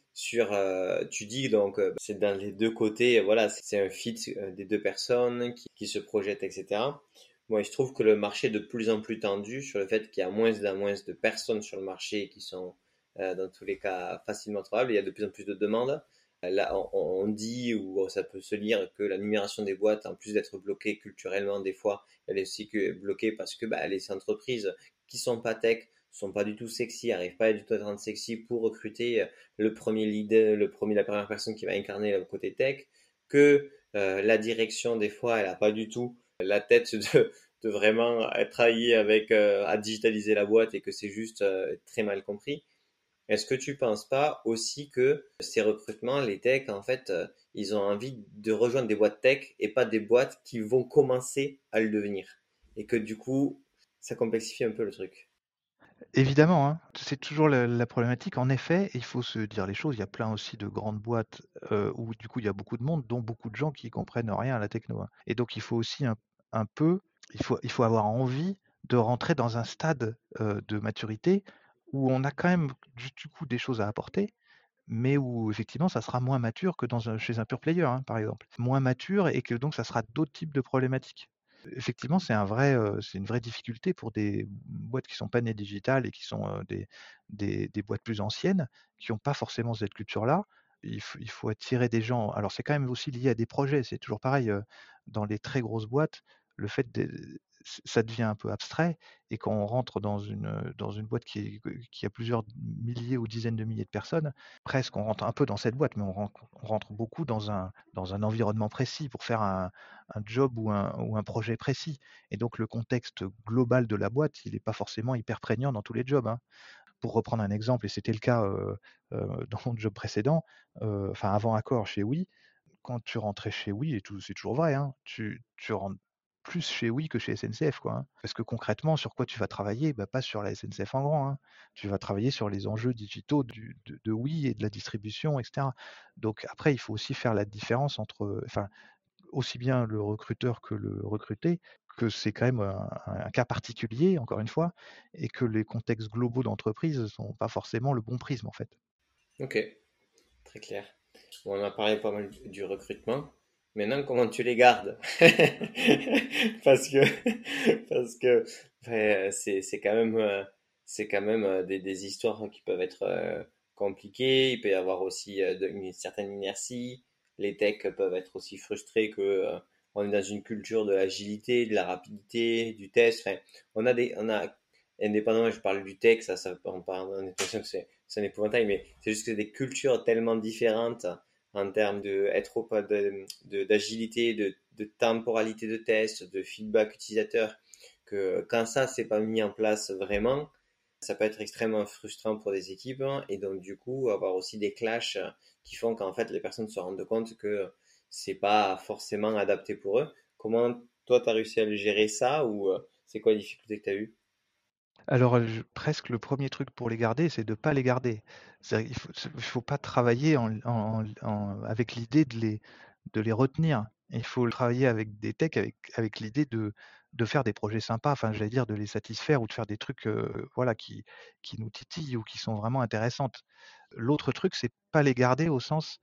Tu dis donc c'est dans les deux côtés, voilà, c'est un fit des deux personnes qui se projettent, etc. Moi, je trouve que le marché est de plus en plus tendu sur le fait qu'il y a moins en moins de personnes sur le marché qui sont dans tous les cas facilement trouvables. Il y a de plus en plus de demandes. Là, on dit, ou ça peut se lire, que la numération des boîtes, en plus d'être bloquée culturellement des fois, elle est aussi bloquée parce que les entreprises qui sont pas tech sont pas du tout sexy, arrivent pas du tout à être rendre sexy pour recruter le premier leader, la première personne qui va incarner le côté tech, que la direction des fois elle a pas du tout la tête de vraiment travailler avec à digitaliser la boîte et que c'est juste très mal compris. Est-ce que tu penses pas aussi que ces recrutements, les techs, en fait, ils ont envie de rejoindre des boîtes tech et pas des boîtes qui vont commencer à le devenir? Et que du coup, ça complexifie un peu le truc. Évidemment, hein, c'est toujours la problématique. En effet, il faut se dire les choses. Il y a plein aussi de grandes boîtes où du coup il y a beaucoup de monde, dont beaucoup de gens qui comprennent rien à la techno, hein. Et donc il faut aussi un peu, il faut avoir envie de rentrer dans un stade de maturité où on a quand même du coup des choses à apporter, mais où effectivement ça sera moins mature que chez un pure player, hein, par exemple. Moins mature et que donc ça sera d'autres types de problématiques. Effectivement, c'est une vraie difficulté pour des boîtes qui sont pas nées digitales et qui sont, des boîtes plus anciennes, qui ont pas forcément cette culture-là. Il faut attirer des gens, alors c'est quand même aussi lié à des projets, c'est toujours pareil, dans les très grosses boîtes, le fait de ça devient un peu abstrait et quand on rentre dans une boîte qui a plusieurs milliers ou dizaines de milliers de personnes, presque on rentre un peu dans cette boîte, mais on rentre beaucoup dans un environnement précis pour faire un job ou un projet précis. Et donc le contexte global de la boîte, il n'est pas forcément hyper prégnant dans tous les jobs, hein. Pour reprendre un exemple, et c'était le cas dans mon job précédent, enfin avant Accor chez Oui, quand tu rentrais chez Oui, et tout, c'est toujours vrai, hein, tu rentres plus chez Oui que chez SNCF, quoi, hein. Parce que concrètement, sur quoi tu vas travailler? Bah, pas sur la SNCF en grand, hein. Tu vas travailler sur les enjeux digitaux de Oui et de la distribution, et cetera. Donc après, il faut aussi faire la différence entre, enfin, aussi bien le recruteur que le recruté, que c'est quand même un cas particulier, encore une fois, et que les contextes globaux d'entreprise ne sont pas forcément le bon prisme, en fait. Ok, très clair. Bon, on a parlé pas mal du recrutement. Maintenant, comment tu les gardes? Parce que, parce que c'est quand même des histoires qui peuvent être compliquées. Il peut y avoir aussi une certaine inertie. Les techs peuvent être aussi frustrés que on est dans une culture de l'agilité, de la rapidité, du test. Enfin, on a, indépendamment, je parle du tech, on a l'impression que c'est un épouvantail, mais c'est juste que c'est des cultures tellement différentes en termes d'agilité, de temporalité de test, de feedback utilisateur, que quand ça c'est pas mis en place vraiment, ça peut être extrêmement frustrant pour des équipes hein, et donc du coup avoir aussi des clashs qui font qu'en fait les personnes se rendent compte que c'est pas forcément adapté pour eux. Comment toi tu as réussi à le gérer ça ou c'est quoi les difficultés que tu as eues? Alors, presque le premier truc pour les garder, c'est de pas les garder. C'est-à-dire il faut pas travailler avec l'idée de les retenir. Il faut travailler avec des techs avec l'idée de faire des projets sympas, enfin, j'allais dire de les satisfaire ou de faire des trucs, voilà, qui nous titillent ou qui sont vraiment intéressantes. L'autre truc, c'est pas les garder au sens,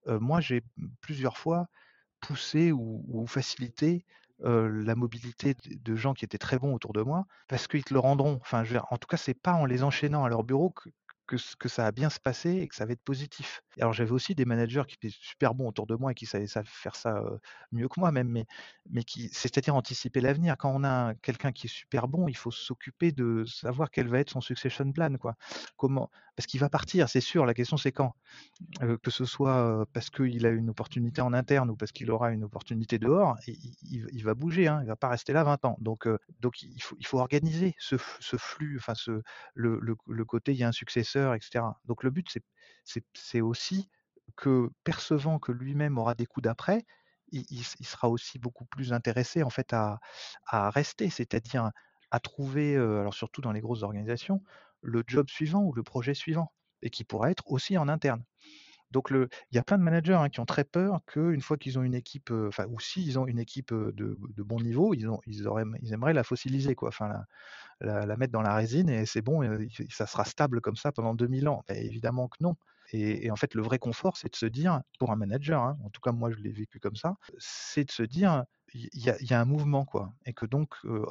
moi j'ai plusieurs fois poussé ou facilité la mobilité de gens qui étaient très bons autour de moi, parce qu'ils te le rendront. Enfin, je veux dire, en tout cas, c'est pas en les enchaînant à leur bureau que ça va bien se passer et que ça va être positif. Et alors j'avais aussi des managers qui étaient super bons autour de moi et qui savaient ça faire ça, mieux que moi même, mais qui c'est-à-dire anticiper l'avenir. Quand on a quelqu'un qui est super bon, il faut s'occuper de savoir quel va être son succession plan, quoi. Comment parce qu'il va partir, c'est sûr, la question c'est quand? Que ce soit, parce qu'il a une opportunité en interne ou parce qu'il aura une opportunité dehors, il va bouger, hein, il va pas rester là 20 ans. Donc il faut organiser ce flux, enfin le côté il y a un successeur et cetera. Donc le but c'est aussi que percevant que lui-même aura des coups d'après, il sera aussi beaucoup plus intéressé en fait à rester, c'est-à-dire à trouver, alors surtout dans les grosses organisations, le job suivant ou le projet suivant et qui pourra être aussi en interne. Donc il y a plein de managers, hein, qui ont très peur qu'une fois qu'ils ont une équipe, enfin ou s'ils ont une équipe, de bon niveau, ils aimeraient la fossiliser quoi, enfin la mettre dans la résine et c'est bon, ça sera stable comme ça pendant 2000 ans. Beh, évidemment que non et en fait, le vrai confort, c'est de se dire, pour un manager, hein, en tout cas moi je l'ai vécu comme ça, c'est de se dire: «Il y a un mouvement quoi» et que donc,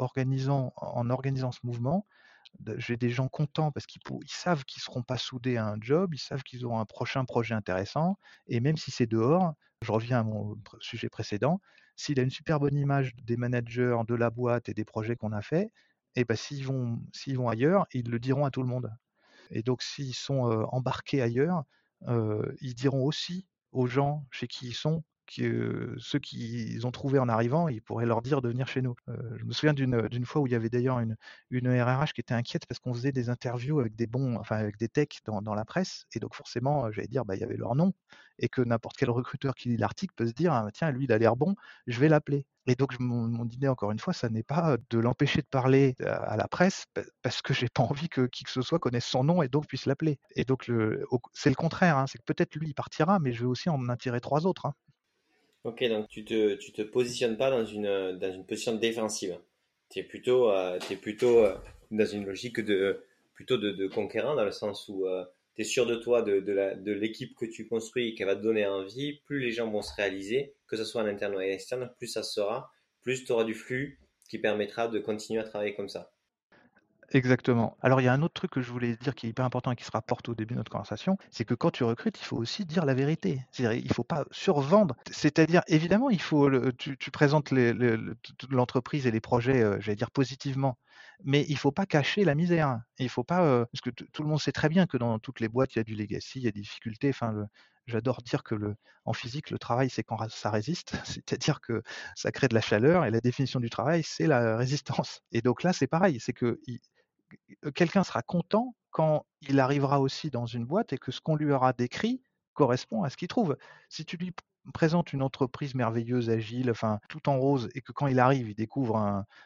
en organisant ce mouvement, j'ai des gens contents parce ils savent qu'ils ne seront pas soudés à un job, ils savent qu'ils auront un prochain projet intéressant. Et même si c'est dehors, je reviens à mon sujet précédent, s'il a une super bonne image des managers, de la boîte et des projets qu'on a fait, et ben, s'ils vont ailleurs, ils le diront à tout le monde. Et donc, s'ils sont embarqués ailleurs, ils diront aussi aux gens chez qui ils sont que ceux qu'ils ont trouvés en arrivant, ils pourraient leur dire de venir chez nous. Je me souviens d'une fois où il y avait d'ailleurs une RH qui était inquiète parce qu'on faisait des interviews avec enfin avec des techs dans la presse, et donc forcément, j'allais dire, bah, il y avait leur nom, et que n'importe quel recruteur qui lit l'article peut se dire, ah, tiens, lui, il a l'air bon, je vais l'appeler. Et donc, mon idée, encore une fois, ça n'est pas de l'empêcher de parler à la presse parce que j'ai pas envie que qui que ce soit connaisse son nom et donc puisse l'appeler. Et donc, c'est le contraire, hein, c'est que peut-être lui, il partira, mais je vais aussi en attirer trois autres, hein. Ok, donc tu te positionnes pas dans une position défensive. Tu es plutôt dans une logique plutôt de conquérant, dans le sens où tu es sûr de toi, de l'équipe que tu construis et qu'elle va te donner envie. Plus les gens vont se réaliser, que ce soit en interne ou en externe, plus ça sera, plus tu auras du flux qui permettra de continuer à travailler comme ça. Exactement. Alors, il y a un autre truc que je voulais dire qui est hyper important et qui se rapporte au début de notre conversation, c'est que quand tu recrutes, il faut aussi dire la vérité. C'est-à-dire, il ne faut pas survendre. C'est-à-dire, évidemment, tu présentes l'entreprise et les projets, j'allais dire positivement, mais il ne faut pas cacher la misère. Il faut pas, parce que tout le monde sait très bien que dans toutes les boîtes, il y a du legacy, il y a des difficultés. Enfin, j'adore dire que en physique, le travail, c'est quand ça résiste, c'est-à-dire que ça crée de la chaleur et la définition du travail, c'est la résistance. Et donc là, c'est pareil, c'est que quelqu'un sera content quand il arrivera aussi dans une boîte et que ce qu'on lui aura décrit correspond à ce qu'il trouve. Si tu lui présentes une entreprise merveilleuse, agile, enfin tout en rose, et que quand il arrive, il découvre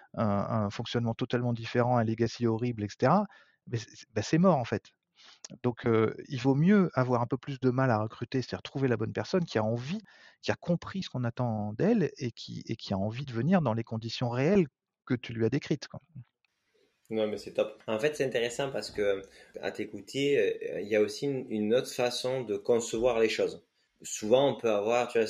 un fonctionnement totalement différent, un legacy horrible, etc., ben c'est mort en fait. Donc il vaut mieux avoir un peu plus de mal à recruter, c'est-à-dire trouver la bonne personne qui a envie, qui a compris ce qu'on attend d'elle et qui a envie de venir dans les conditions réelles que tu lui as décrites, quoi. Non, mais c'est top. En fait, c'est intéressant parce que à t'écouter, il y a aussi une autre façon de concevoir les choses. Souvent, on peut avoir, tu vois,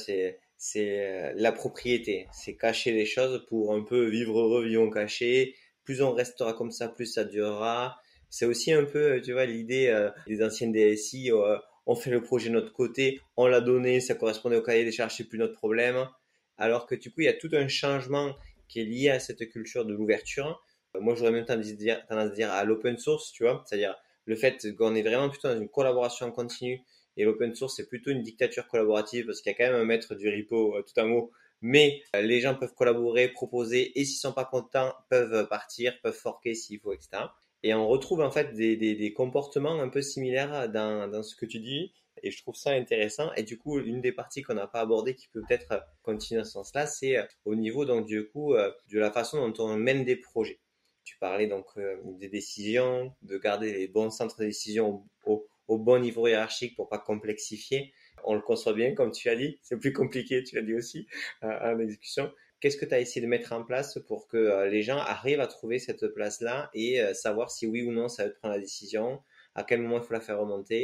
c'est la propriété, c'est cacher les choses pour un peu vivre heureux, vivons cachés. Plus on restera comme ça, plus ça durera. C'est aussi un peu, tu vois, l'idée des anciennes DSI, on fait le projet de notre côté, on l'a donné, ça correspondait au cahier des charges, c'est plus notre problème. Alors que du coup, il y a tout un changement qui est lié à cette culture de l'ouverture. Moi, j'aurais même tendance à dire à l'open source, tu vois, c'est-à-dire le fait qu'on est vraiment plutôt dans une collaboration continue, et l'open source, c'est plutôt une dictature collaborative parce qu'il y a quand même un maître du repo, tout un mot, mais les gens peuvent collaborer, proposer, et s'ils sont pas contents, peuvent partir, peuvent forker s'il faut, etc. Et on retrouve en fait des comportements un peu similaires dans ce que tu dis, et je trouve ça intéressant. Et du coup, une des parties qu'on n'a pas abordée qui peut peut-être continuer dans ce sens-là, c'est au niveau donc du coup de la façon dont on mène des projets. Tu parlais donc des décisions, de garder les bons centres de décision au bon niveau hiérarchique pour pas complexifier. On le conçoit bien, comme tu as dit. C'est plus compliqué, tu l'as dit aussi, en exécution. Qu'est-ce que tu as essayé de mettre en place pour que les gens arrivent à trouver cette place-là et savoir si oui ou non ça va te prendre la décision, à quel moment il faut la faire remonter.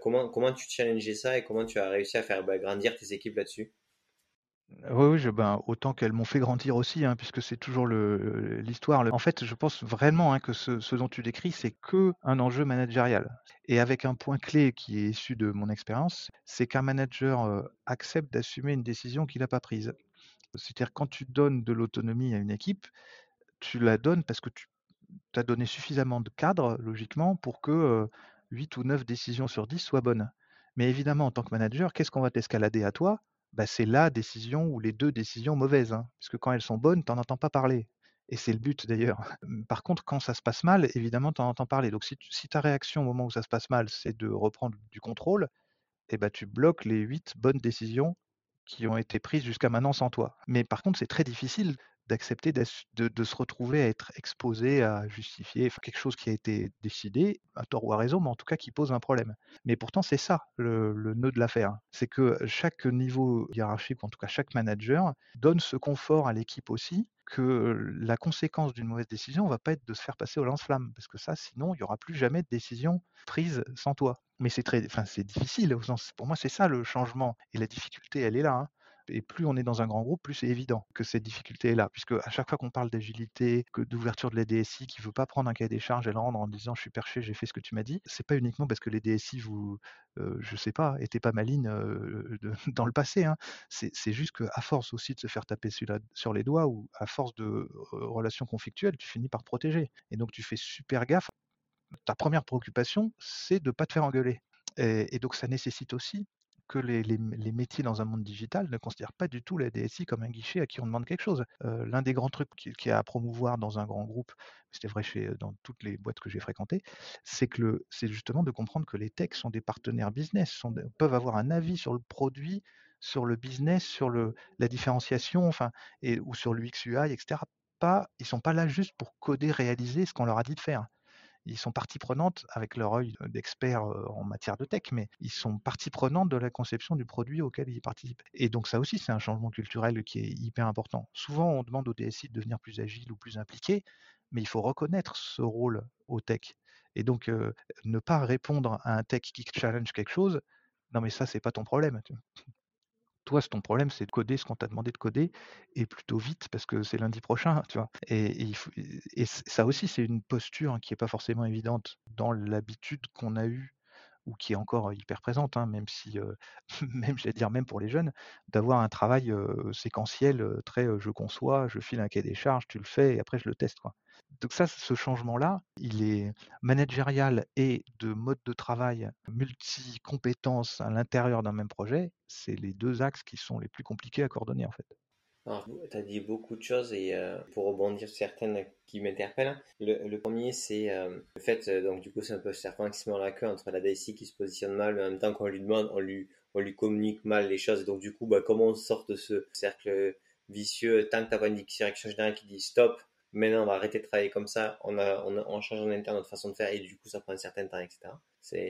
Comment tu challengeais ça et comment tu as réussi à faire grandir tes équipes là-dessus? Oui, oui, autant qu'elles m'ont fait grandir aussi, hein, puisque c'est toujours l'histoire. En fait, je pense vraiment, hein, que ce dont tu décris, c'est que un enjeu managérial. Et avec un point clé qui est issu de mon expérience, c'est qu'un manager accepte d'assumer une décision qu'il n'a pas prise. C'est-à-dire quand tu donnes de l'autonomie à une équipe, tu la donnes parce que tu as donné suffisamment de cadre, logiquement, pour que 8 ou 9 décisions sur 10 soient bonnes. Mais évidemment, en tant que manager, qu'est-ce qu'on va t'escalader à toi? Bah, c'est la décision ou les 2 décisions mauvaises, hein, parce que quand elles sont bonnes, tu en entends pas parler et c'est le but d'ailleurs. Par contre, quand ça se passe mal, évidemment, tu en entends parler. Donc si ta réaction au moment où ça se passe mal, c'est de reprendre du contrôle, et bah, tu bloques les 8 bonnes décisions qui ont été prises jusqu'à maintenant sans toi. Mais par contre, c'est très difficile d'accepter de se retrouver à être exposé, à justifier quelque chose qui a été décidé, à tort ou à raison, mais en tout cas qui pose un problème. Mais pourtant, c'est ça le nœud de l'affaire. C'est que chaque niveau hiérarchique, ou en tout cas chaque manager, donne ce confort à l'équipe aussi, que la conséquence d'une mauvaise décision ne va pas être de se faire passer au lance-flamme, parce que ça, sinon, il n'y aura plus jamais de décision prise sans toi. Mais c'est difficile au sens, pour moi, c'est ça le changement. Et la difficulté, elle est là, hein. Et plus on est dans un grand groupe, plus c'est évident que cette difficulté est là. Puisque à chaque fois qu'on parle d'agilité, d'ouverture de la DSI qui ne veut pas prendre un cahier des charges et le rendre en disant je suis perché, j'ai fait ce que tu m'as dit, c'est pas uniquement parce que les DSI je sais pas, étaient pas malines dans le passé, hein. C'est juste qu'à force aussi de se faire taper sur les doigts ou à force de relations conflictuelles, tu finis par te protéger. Et donc tu fais super gaffe. Ta première préoccupation, c'est de ne pas te faire engueuler. Et donc ça nécessite aussi que les métiers dans un monde digital ne considèrent pas du tout la DSI comme un guichet à qui on demande quelque chose. L'un des grands trucs qui est à promouvoir dans un grand groupe, c'était vrai dans toutes les boîtes que j'ai fréquentées, c'est justement de comprendre que les techs sont des partenaires business, peuvent avoir un avis sur le produit, sur le business, sur la différenciation, enfin, ou sur l'UX UI, etc. Ils ne sont pas là juste pour coder, réaliser ce qu'on leur a dit de faire. Ils sont partie prenante avec leur œil d'expert en matière de tech, mais ils sont partie prenante de la conception du produit auquel ils participent. Et donc ça aussi, c'est un changement culturel qui est hyper important. Souvent, on demande aux DSI de devenir plus agile ou plus impliqué, mais il faut reconnaître ce rôle au tech. Et donc, ne pas répondre à un tech qui challenge quelque chose, non mais ça, c'est pas ton problème. Toi, ton problème, c'est de coder ce qu'on t'a demandé de coder et plutôt vite parce que c'est lundi prochain, tu vois. Ça aussi, c'est une posture qui n'est pas forcément évidente dans l'habitude qu'on a eue ou qui est encore hyper présente, hein, même si, même, j'allais dire, même pour les jeunes, d'avoir un travail séquentiel, très je conçois, je file un cahier des charges, tu le fais et après je le teste, quoi. Donc ça, ce changement-là, il est managérial et de mode de travail multi-compétences à l'intérieur d'un même projet, c'est les 2 axes qui sont les plus compliqués à coordonner, en fait. Alors, tu as dit beaucoup de choses et pour rebondir sur certaines qui m'interpellent, le premier c'est le fait, donc du coup c'est un peu serpent qui se mord la queue entre la DSI qui se positionne mal, mais en même temps qu'on lui demande, on lui communique mal les choses et donc du coup comment on sort de ce cercle vicieux tant que tu n'as pas une direction générale qui dit stop, maintenant on va arrêter de travailler comme ça, on change en interne notre façon de faire et du coup ça prend un certain temps, etc.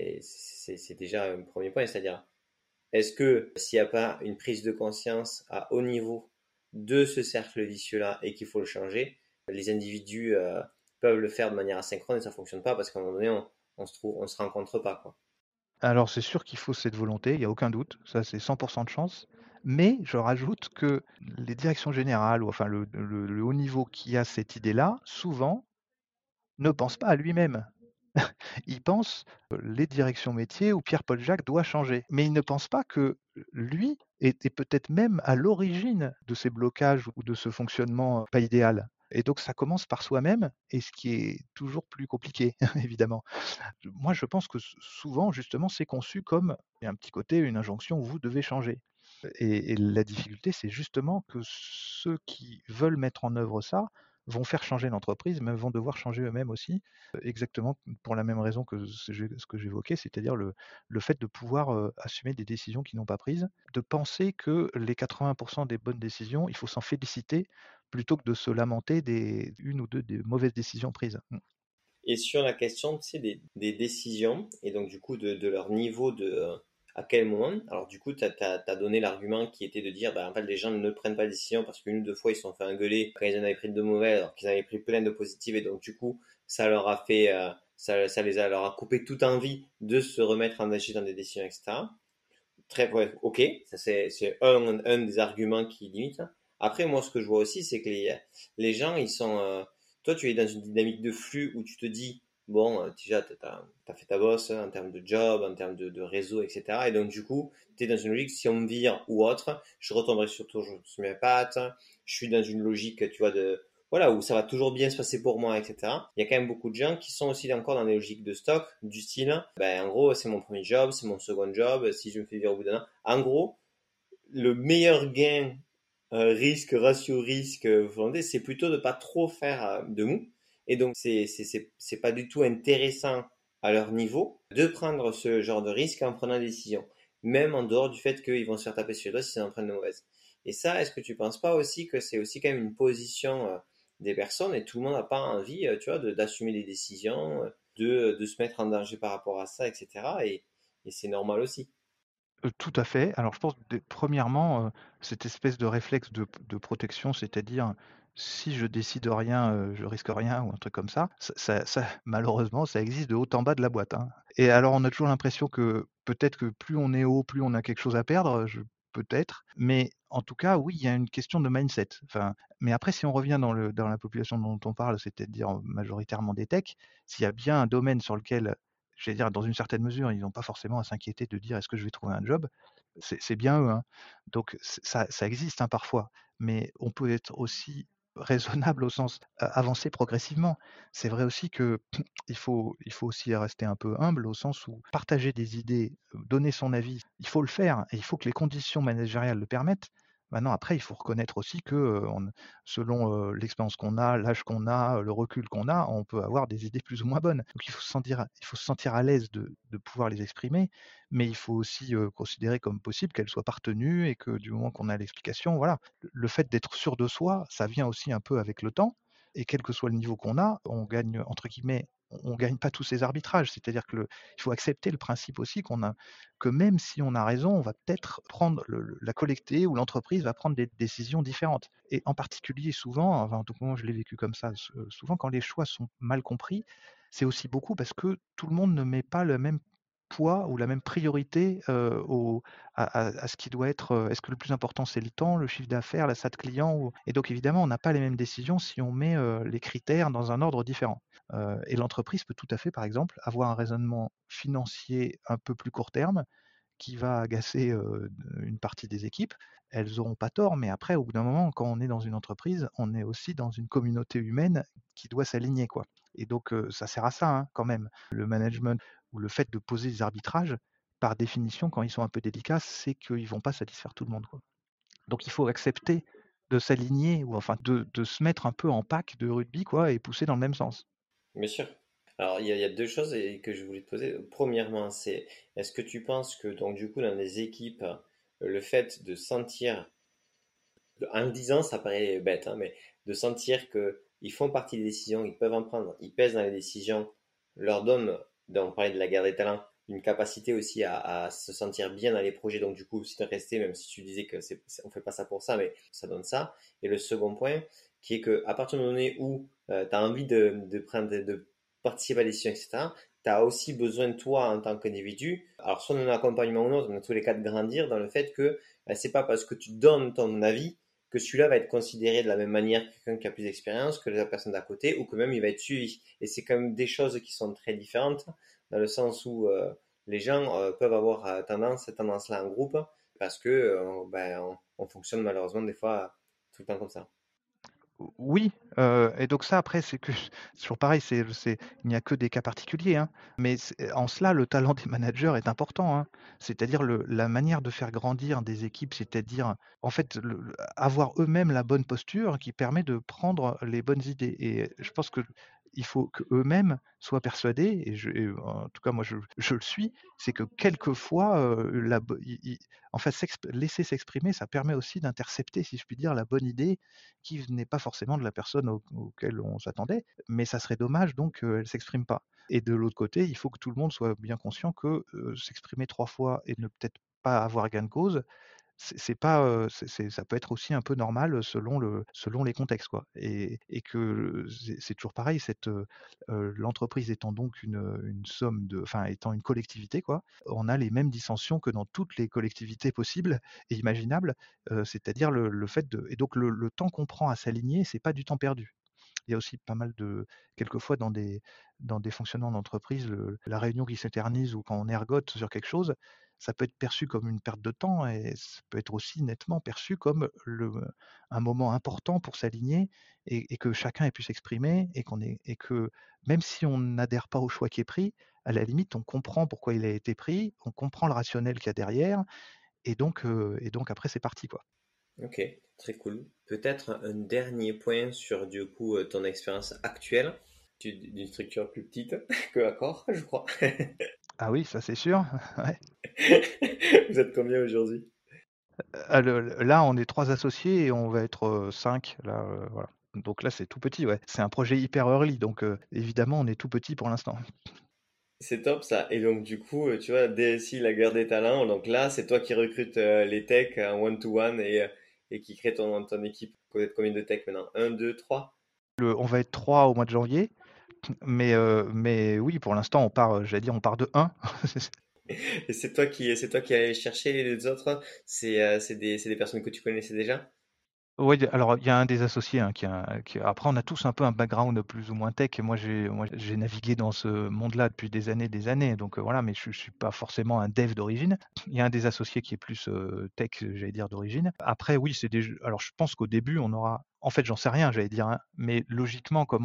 C'est déjà un premier point, c'est-à-dire est-ce que s'il n'y a pas une prise de conscience à haut niveau de ce cercle vicieux-là et qu'il faut le changer, les individus peuvent le faire de manière asynchrone et ça ne fonctionne pas parce qu'à un moment donné, on se rencontre pas, quoi. Alors c'est sûr qu'il faut cette volonté, il n'y a aucun doute, ça c'est 100 de chance, mais je rajoute que les directions générales ou enfin le haut niveau qui a cette idée-là, souvent, ne pense pas à lui-même. Il pense les directions métiers où Pierre-Paul Jacques doit changer. Mais il ne pense pas que lui était peut-être même à l'origine de ces blocages ou de ce fonctionnement pas idéal. Et donc ça commence par soi-même, et ce qui est toujours plus compliqué, évidemment. Moi, je pense que souvent, justement, c'est conçu comme il y a un petit côté, une injonction, vous devez changer. Et la difficulté, c'est justement que ceux qui veulent mettre en œuvre ça vont faire changer l'entreprise, mais vont devoir changer eux-mêmes aussi, exactement pour la même raison que ce que j'évoquais, c'est-à-dire le fait de pouvoir assumer des décisions qu'ils n'ont pas prises, de penser que les 80% des bonnes décisions, il faut s'en féliciter plutôt que de se lamenter des une ou deux des mauvaises décisions prises. Et sur la question, tu sais, des décisions, et donc du coup de leur niveau de à quel moment, alors du coup, tu as donné l'argument qui était de dire, bah, en fait, les gens ne prennent pas de décision parce qu'une ou deux fois, ils se sont fait engueuler quand ils en avaient pris de mauvaises, alors qu'ils en avaient pris plein de positives, et donc du coup, ça leur a fait, ça leur a coupé toute envie de se remettre en agir dans des décisions, etc. Très bref, ok, ça c'est un des arguments qui limite. Après, moi, ce que je vois aussi, c'est que les gens, ils sont. Toi, tu es dans une dynamique de flux où tu te dis, bon, déjà, tu as fait ta bosse en termes de job, en termes de réseau, etc. Et donc, du coup, tu es dans une logique, si on me vire ou autre, je retomberai toujours sur mes pattes. Je suis dans une logique, tu vois, de. Voilà, où ça va toujours bien se passer pour moi, etc. Il y a quand même beaucoup de gens qui sont aussi encore dans des logiques de stock, du style, ben, en gros, c'est mon premier job, c'est mon second job, si je me fais virer au bout d'un an. En gros, le meilleur gain risque, ratio risque volonté, c'est plutôt de pas trop faire de mou. Et donc, c'est pas du tout intéressant à leur niveau de prendre ce genre de risque en prenant des décisions. Même en dehors du fait qu'ils vont se faire taper sur les doigts si c'est en prennent de mauvaises. Et ça, est-ce que tu penses pas aussi que c'est aussi quand même une position des personnes et tout le monde n'a pas envie, tu vois, d'assumer des décisions, de se mettre en danger par rapport à ça, etc. Et c'est normal aussi. Tout à fait. Alors je pense premièrement, cette espèce de réflexe de protection, c'est-à-dire si je décide rien, je risque rien ou un truc comme ça malheureusement ça existe de haut en bas de la boîte, hein. Et alors on a toujours l'impression que peut-être que plus on est haut, plus on a quelque chose à perdre, peut-être, mais en tout cas oui, il y a une question de mindset. Enfin, mais après si on revient dans la population dont on parle, c'est-à-dire majoritairement des techs, s'il y a bien un domaine sur lequel je vais dire, dans une certaine mesure, ils n'ont pas forcément à s'inquiéter de dire: «Est-ce que je vais trouver un job?» C'est bien eux, hein. Donc ça existe, hein, parfois, mais on peut être aussi raisonnable au sens, avancer progressivement. C'est vrai aussi que il faut aussi rester un peu humble au sens où partager des idées, donner son avis, il faut le faire et il faut que les conditions managériales le permettent. Maintenant après, il faut reconnaître aussi que, selon, l'expérience qu'on a, l'âge qu'on a, le recul qu'on a, on peut avoir des idées plus ou moins bonnes. Donc il faut se sentir à l'aise de pouvoir les exprimer, mais il faut aussi, considérer comme possible qu'elles soient partenues et que du moment qu'on a l'explication, voilà. Le fait d'être sûr de soi, ça vient aussi un peu avec le temps et quel que soit le niveau qu'on a, on gagne entre guillemets, on gagne pas tous ces arbitrages. C'est-à-dire que il faut accepter le principe aussi que même si on a raison, on va peut-être prendre la collecter ou l'entreprise va prendre des décisions différentes. Et en particulier souvent, enfin en tout cas moi je l'ai vécu comme ça, souvent quand les choix sont mal compris, c'est aussi beaucoup parce que tout le monde ne met pas le même poids ou la même priorité à ce qui doit être. Est-ce que le plus important c'est le temps, le chiffre d'affaires, la SAT client et donc évidemment on n'a pas les mêmes décisions si on met les critères dans un ordre différent. Et l'entreprise peut tout à fait, par exemple, avoir un raisonnement financier un peu plus court terme qui va agacer une partie des équipes. Elles n'auront pas tort, mais après, au bout d'un moment, quand on est dans une entreprise, on est aussi dans une communauté humaine qui doit s'aligner, quoi. Et donc, ça sert à ça, hein, quand même. Le management ou le fait de poser des arbitrages, par définition, quand ils sont un peu délicats, c'est qu'ils ne vont pas satisfaire tout le monde, quoi. Donc, il faut accepter de s'aligner ou enfin de se mettre un peu en pack de rugby, quoi, et pousser dans le même sens. Bien sûr. Alors, il y a deux choses que je voulais te poser. Premièrement, c'est est-ce que tu penses que, donc, du coup, dans les équipes, le fait de sentir, en le disant, ça paraît bête, hein, mais de sentir qu'ils font partie des décisions, ils peuvent en prendre, ils pèsent dans les décisions, leur donne, donc, on parlait de la guerre des talents, une capacité aussi à se sentir bien dans les projets. Donc, du coup, si tu resté, même si tu disais que on fait pas ça pour ça, mais ça donne ça. Et le second point, qui est que à partir du moment où tu as envie de participer à des décisions, etc., tu as aussi besoin de toi en tant qu'individu, alors soit dans un accompagnement ou non, dans tous les cas de grandir dans le fait que c'est pas parce que tu donnes ton avis que celui-là va être considéré de la même manière que quelqu'un qui a plus d'expérience, que la personne d'à côté, ou que même il va être suivi. Et c'est quand même des choses qui sont très différentes, dans le sens où les gens peuvent avoir cette tendance-là en groupe, parce que on fonctionne malheureusement des fois tout le temps comme ça. Oui, et donc ça après c'est que c'est toujours pareil, il n'y a que des cas particuliers, hein, mais en cela le talent des managers est important, hein. C'est-à-dire la manière de faire grandir des équipes, c'est-à-dire en fait avoir eux-mêmes la bonne posture qui permet de prendre les bonnes idées et je pense que il faut qu'eux-mêmes soient persuadés en tout cas moi je le suis, c'est que quelquefois, la bo i en fait laisser s'exprimer, ça permet aussi d'intercepter, si je puis dire, la bonne idée qui venait pas forcément de la personne auquel on s'attendait, mais ça serait dommage donc qu'elle ne s'exprime pas. Et de l'autre côté, il faut que tout le monde soit bien conscient que s'exprimer 3 fois et ne peut-être pas avoir gain de cause, c'est pas, ça peut être aussi un peu normal, selon les contextes, quoi. Et que c'est toujours pareil, l'entreprise étant donc une somme enfin, étant une collectivité, quoi, on a les mêmes dissensions que dans toutes les collectivités possibles et imaginables, c'est-à-dire le fait de et donc le temps qu'on prend à s'aligner, c'est pas du temps perdu. Il y a aussi pas mal de quelquefois dans des fonctionnements d'entreprise, la réunion qui s'éternise ou quand on ergote sur quelque chose, ça peut être perçu comme une perte de temps et ça peut être aussi nettement perçu comme un moment important pour s'aligner et que chacun ait pu s'exprimer et que même si on n'adhère pas au choix qui est pris, à la limite, on comprend pourquoi il a été pris, on comprend le rationnel qu'il y a derrière et donc après c'est parti, quoi. Ok, très cool. Peut-être un dernier point sur du coup ton expérience actuelle, d'une structure plus petite que Accor, je crois. Ah oui, ça c'est sûr, ouais. Vous êtes combien aujourd'hui? Là, on est 3 associés et on va être, 5 là, voilà. Donc là, c'est tout petit, ouais. C'est un projet hyper early, donc évidemment, on est tout petit pour l'instant. C'est top ça. Et donc du coup, tu vois, DSI, la guerre des talents. Donc là, c'est toi qui recrutes les techs en one-to-one et qui crée ton équipe. Vous êtes combien de techs maintenant? Un, 2, 3. On va être 3 au mois de janvier, mais oui, pour l'instant, j'allais dire, on part de 1. Et c'est toi qui allais chercher les autres. C'est des personnes que tu connaissais déjà? Oui, alors il y a un des associés, hein, après on a tous un peu un background plus ou moins tech et moi j'ai navigué dans ce monde-là depuis des années, donc voilà, mais je suis pas forcément un dev d'origine. Il y a un des associés qui est plus, tech, j'allais dire d'origine. Après oui, alors je pense qu'au début on aura en fait, j'en sais rien, j'allais dire, hein, mais logiquement comme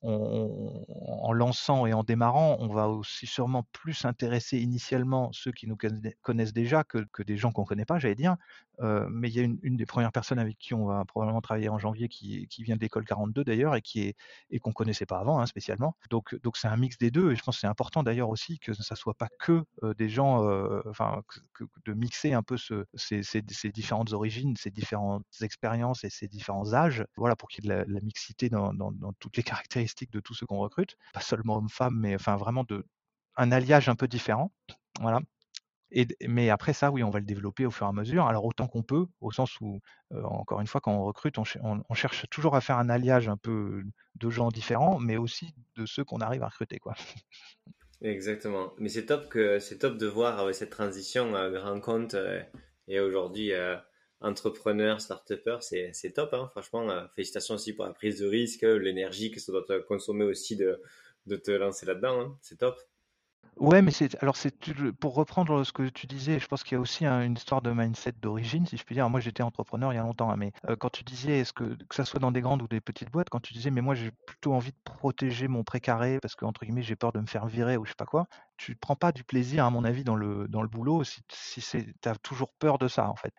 en lançant et en démarrant, on va aussi sûrement plus intéresser initialement ceux qui nous connaissent déjà que des gens qu'on connaît pas, j'allais dire. Mais il y a une des premières personnes avec qui on va probablement travailler en janvier qui vient de l'école 42 d'ailleurs et qu'on connaissait pas avant, hein, spécialement. Donc c'est un mix des deux et je pense que c'est important d'ailleurs aussi que ça soit pas que des gens, enfin de mixer un peu ces différentes origines, ces différentes expériences et ces différents âges. Voilà pour qu'il y ait de la mixité dans toutes les caractéristiques de tous ceux qu'on recrute, pas seulement hommes-femmes, mais enfin vraiment un alliage un peu différent. Voilà. Mais après ça, oui, on va le développer au fur et à mesure. Alors autant qu'on peut, au sens où, encore une fois, quand on recrute, on cherche toujours à faire un alliage un peu de gens différents, mais aussi de ceux qu'on arrive à recruter, quoi. Exactement. Mais c'est top de voir cette transition grand compte et aujourd'hui entrepreneur, start-upper, c'est top, hein. Franchement, félicitations aussi pour la prise de risque, l'énergie que ça doit te consommer aussi de te lancer là-dedans, hein. C'est top. Ouais, mais pour reprendre ce que tu disais, je pense qu'il y a aussi une histoire de mindset d'origine, si je puis dire. Moi, j'étais entrepreneur il y a longtemps, hein, mais quand tu disais, est-ce que ça soit dans des grandes ou des petites boîtes, quand tu disais, mais moi, j'ai plutôt envie de protéger mon précaré parce que, entre guillemets, j'ai peur de me faire virer ou je sais pas quoi, tu ne prends pas du plaisir, à mon avis, dans le boulot si tu as toujours peur de ça, en fait.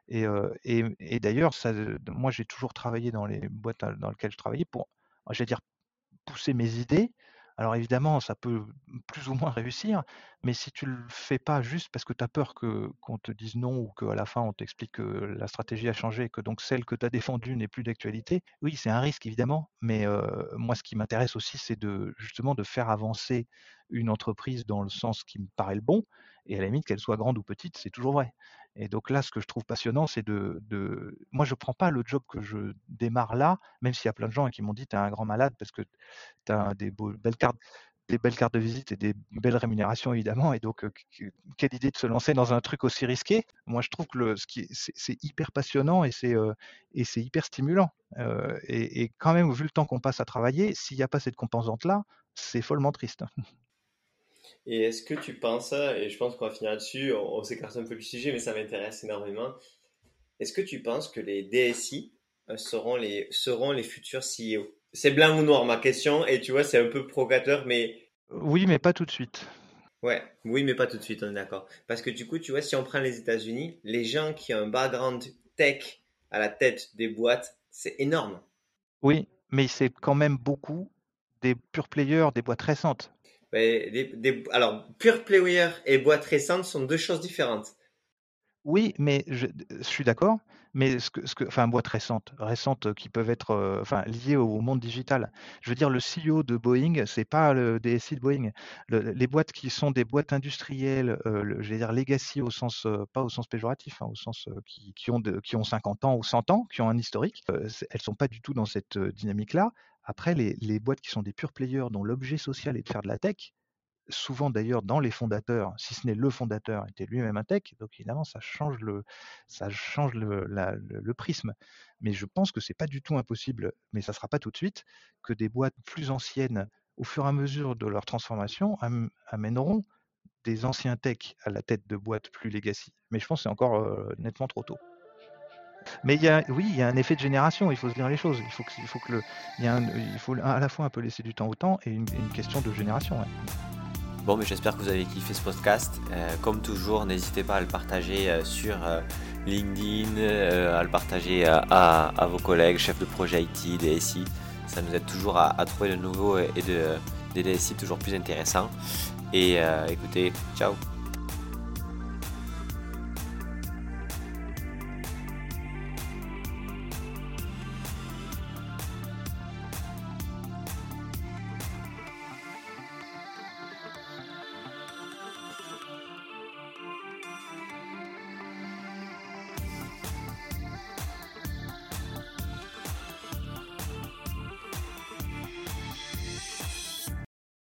Et d'ailleurs, moi, j'ai toujours travaillé dans les boîtes dans lesquelles je travaillais pour, j'allais dire, pousser mes idées. Alors évidemment, ça peut plus ou moins réussir, mais si tu le fais pas juste parce que tu as peur qu'on te dise non ou qu'à la fin on t'explique que la stratégie a changé et que donc celle que tu as défendue n'est plus d'actualité, oui, c'est un risque évidemment, mais moi ce qui m'intéresse aussi, c'est justement de faire avancer une entreprise dans le sens qui me paraît le bon, et à la limite qu'elle soit grande ou petite, c'est toujours vrai. Et donc là, ce que je trouve passionnant, c'est moi je prends pas le job que je démarre là, même s'il y a plein de gens qui m'ont dit: «Tu es un grand malade parce que tu as des belles cartes de visite et des belles rémunérations évidemment et donc quelle idée de se lancer dans un truc aussi risqué. Moi je trouve que c'est hyper passionnant et c'est hyper stimulant. Et quand même, vu le temps qu'on passe à travailler, s'il n'y a pas cette composante-là, c'est follement triste. Et est-ce que tu penses, et je pense qu'on va finir là-dessus, on s'écarte un peu du sujet, mais ça m'intéresse énormément. Est-ce que tu penses que les DSI seront les futurs CEO? C'est blanc ou noir ma question, et tu vois, c'est un peu provocateur, mais Oui, mais pas tout de suite. ouais, oui, mais pas tout de suite, on est d'accord. Parce que du coup, tu vois, si on prend les États-Unis, les gens qui ont un background tech à la tête des boîtes, c'est énorme. Oui, mais c'est quand même beaucoup des pure players, des boîtes récentes. Alors, pure player et boîte récente sont deux choses différentes. Oui, mais je suis d'accord, mais enfin, boîtes récentes, qui peuvent être, enfin, liées au monde digital. Je veux dire, le CEO de Boeing, c'est pas le DSI de Boeing. Les boîtes qui sont des boîtes industrielles, je vais dire legacy au sens, pas au sens péjoratif, hein, au sens, qui ont 50 ans ou 100 ans, qui ont un historique, elles sont pas du tout dans cette, dynamique-là. Après les boîtes qui sont des pure players dont l'objet social est de faire de la tech, souvent d'ailleurs dans les fondateurs, si ce n'est le fondateur était lui-même un tech, donc évidemment ça change le prisme. Mais je pense que c'est pas du tout impossible, mais ça sera pas tout de suite, que des boîtes plus anciennes, au fur et à mesure de leur transformation, amèneront des anciens tech à la tête de boîtes plus legacy. Mais je pense que c'est encore nettement trop tôt. Mais oui, il y a un effet de génération, il faut se dire les choses. Il faut à la fois un peu laisser du temps au temps et une question de génération. Ouais. Bon, mais j'espère que vous avez kiffé ce podcast. Comme toujours, n'hésitez pas à le partager sur LinkedIn, à le partager à vos collègues, chefs de projet IT, DSI. Ça nous aide toujours à trouver de nouveaux et des DSI toujours plus intéressants. Et écoutez, ciao!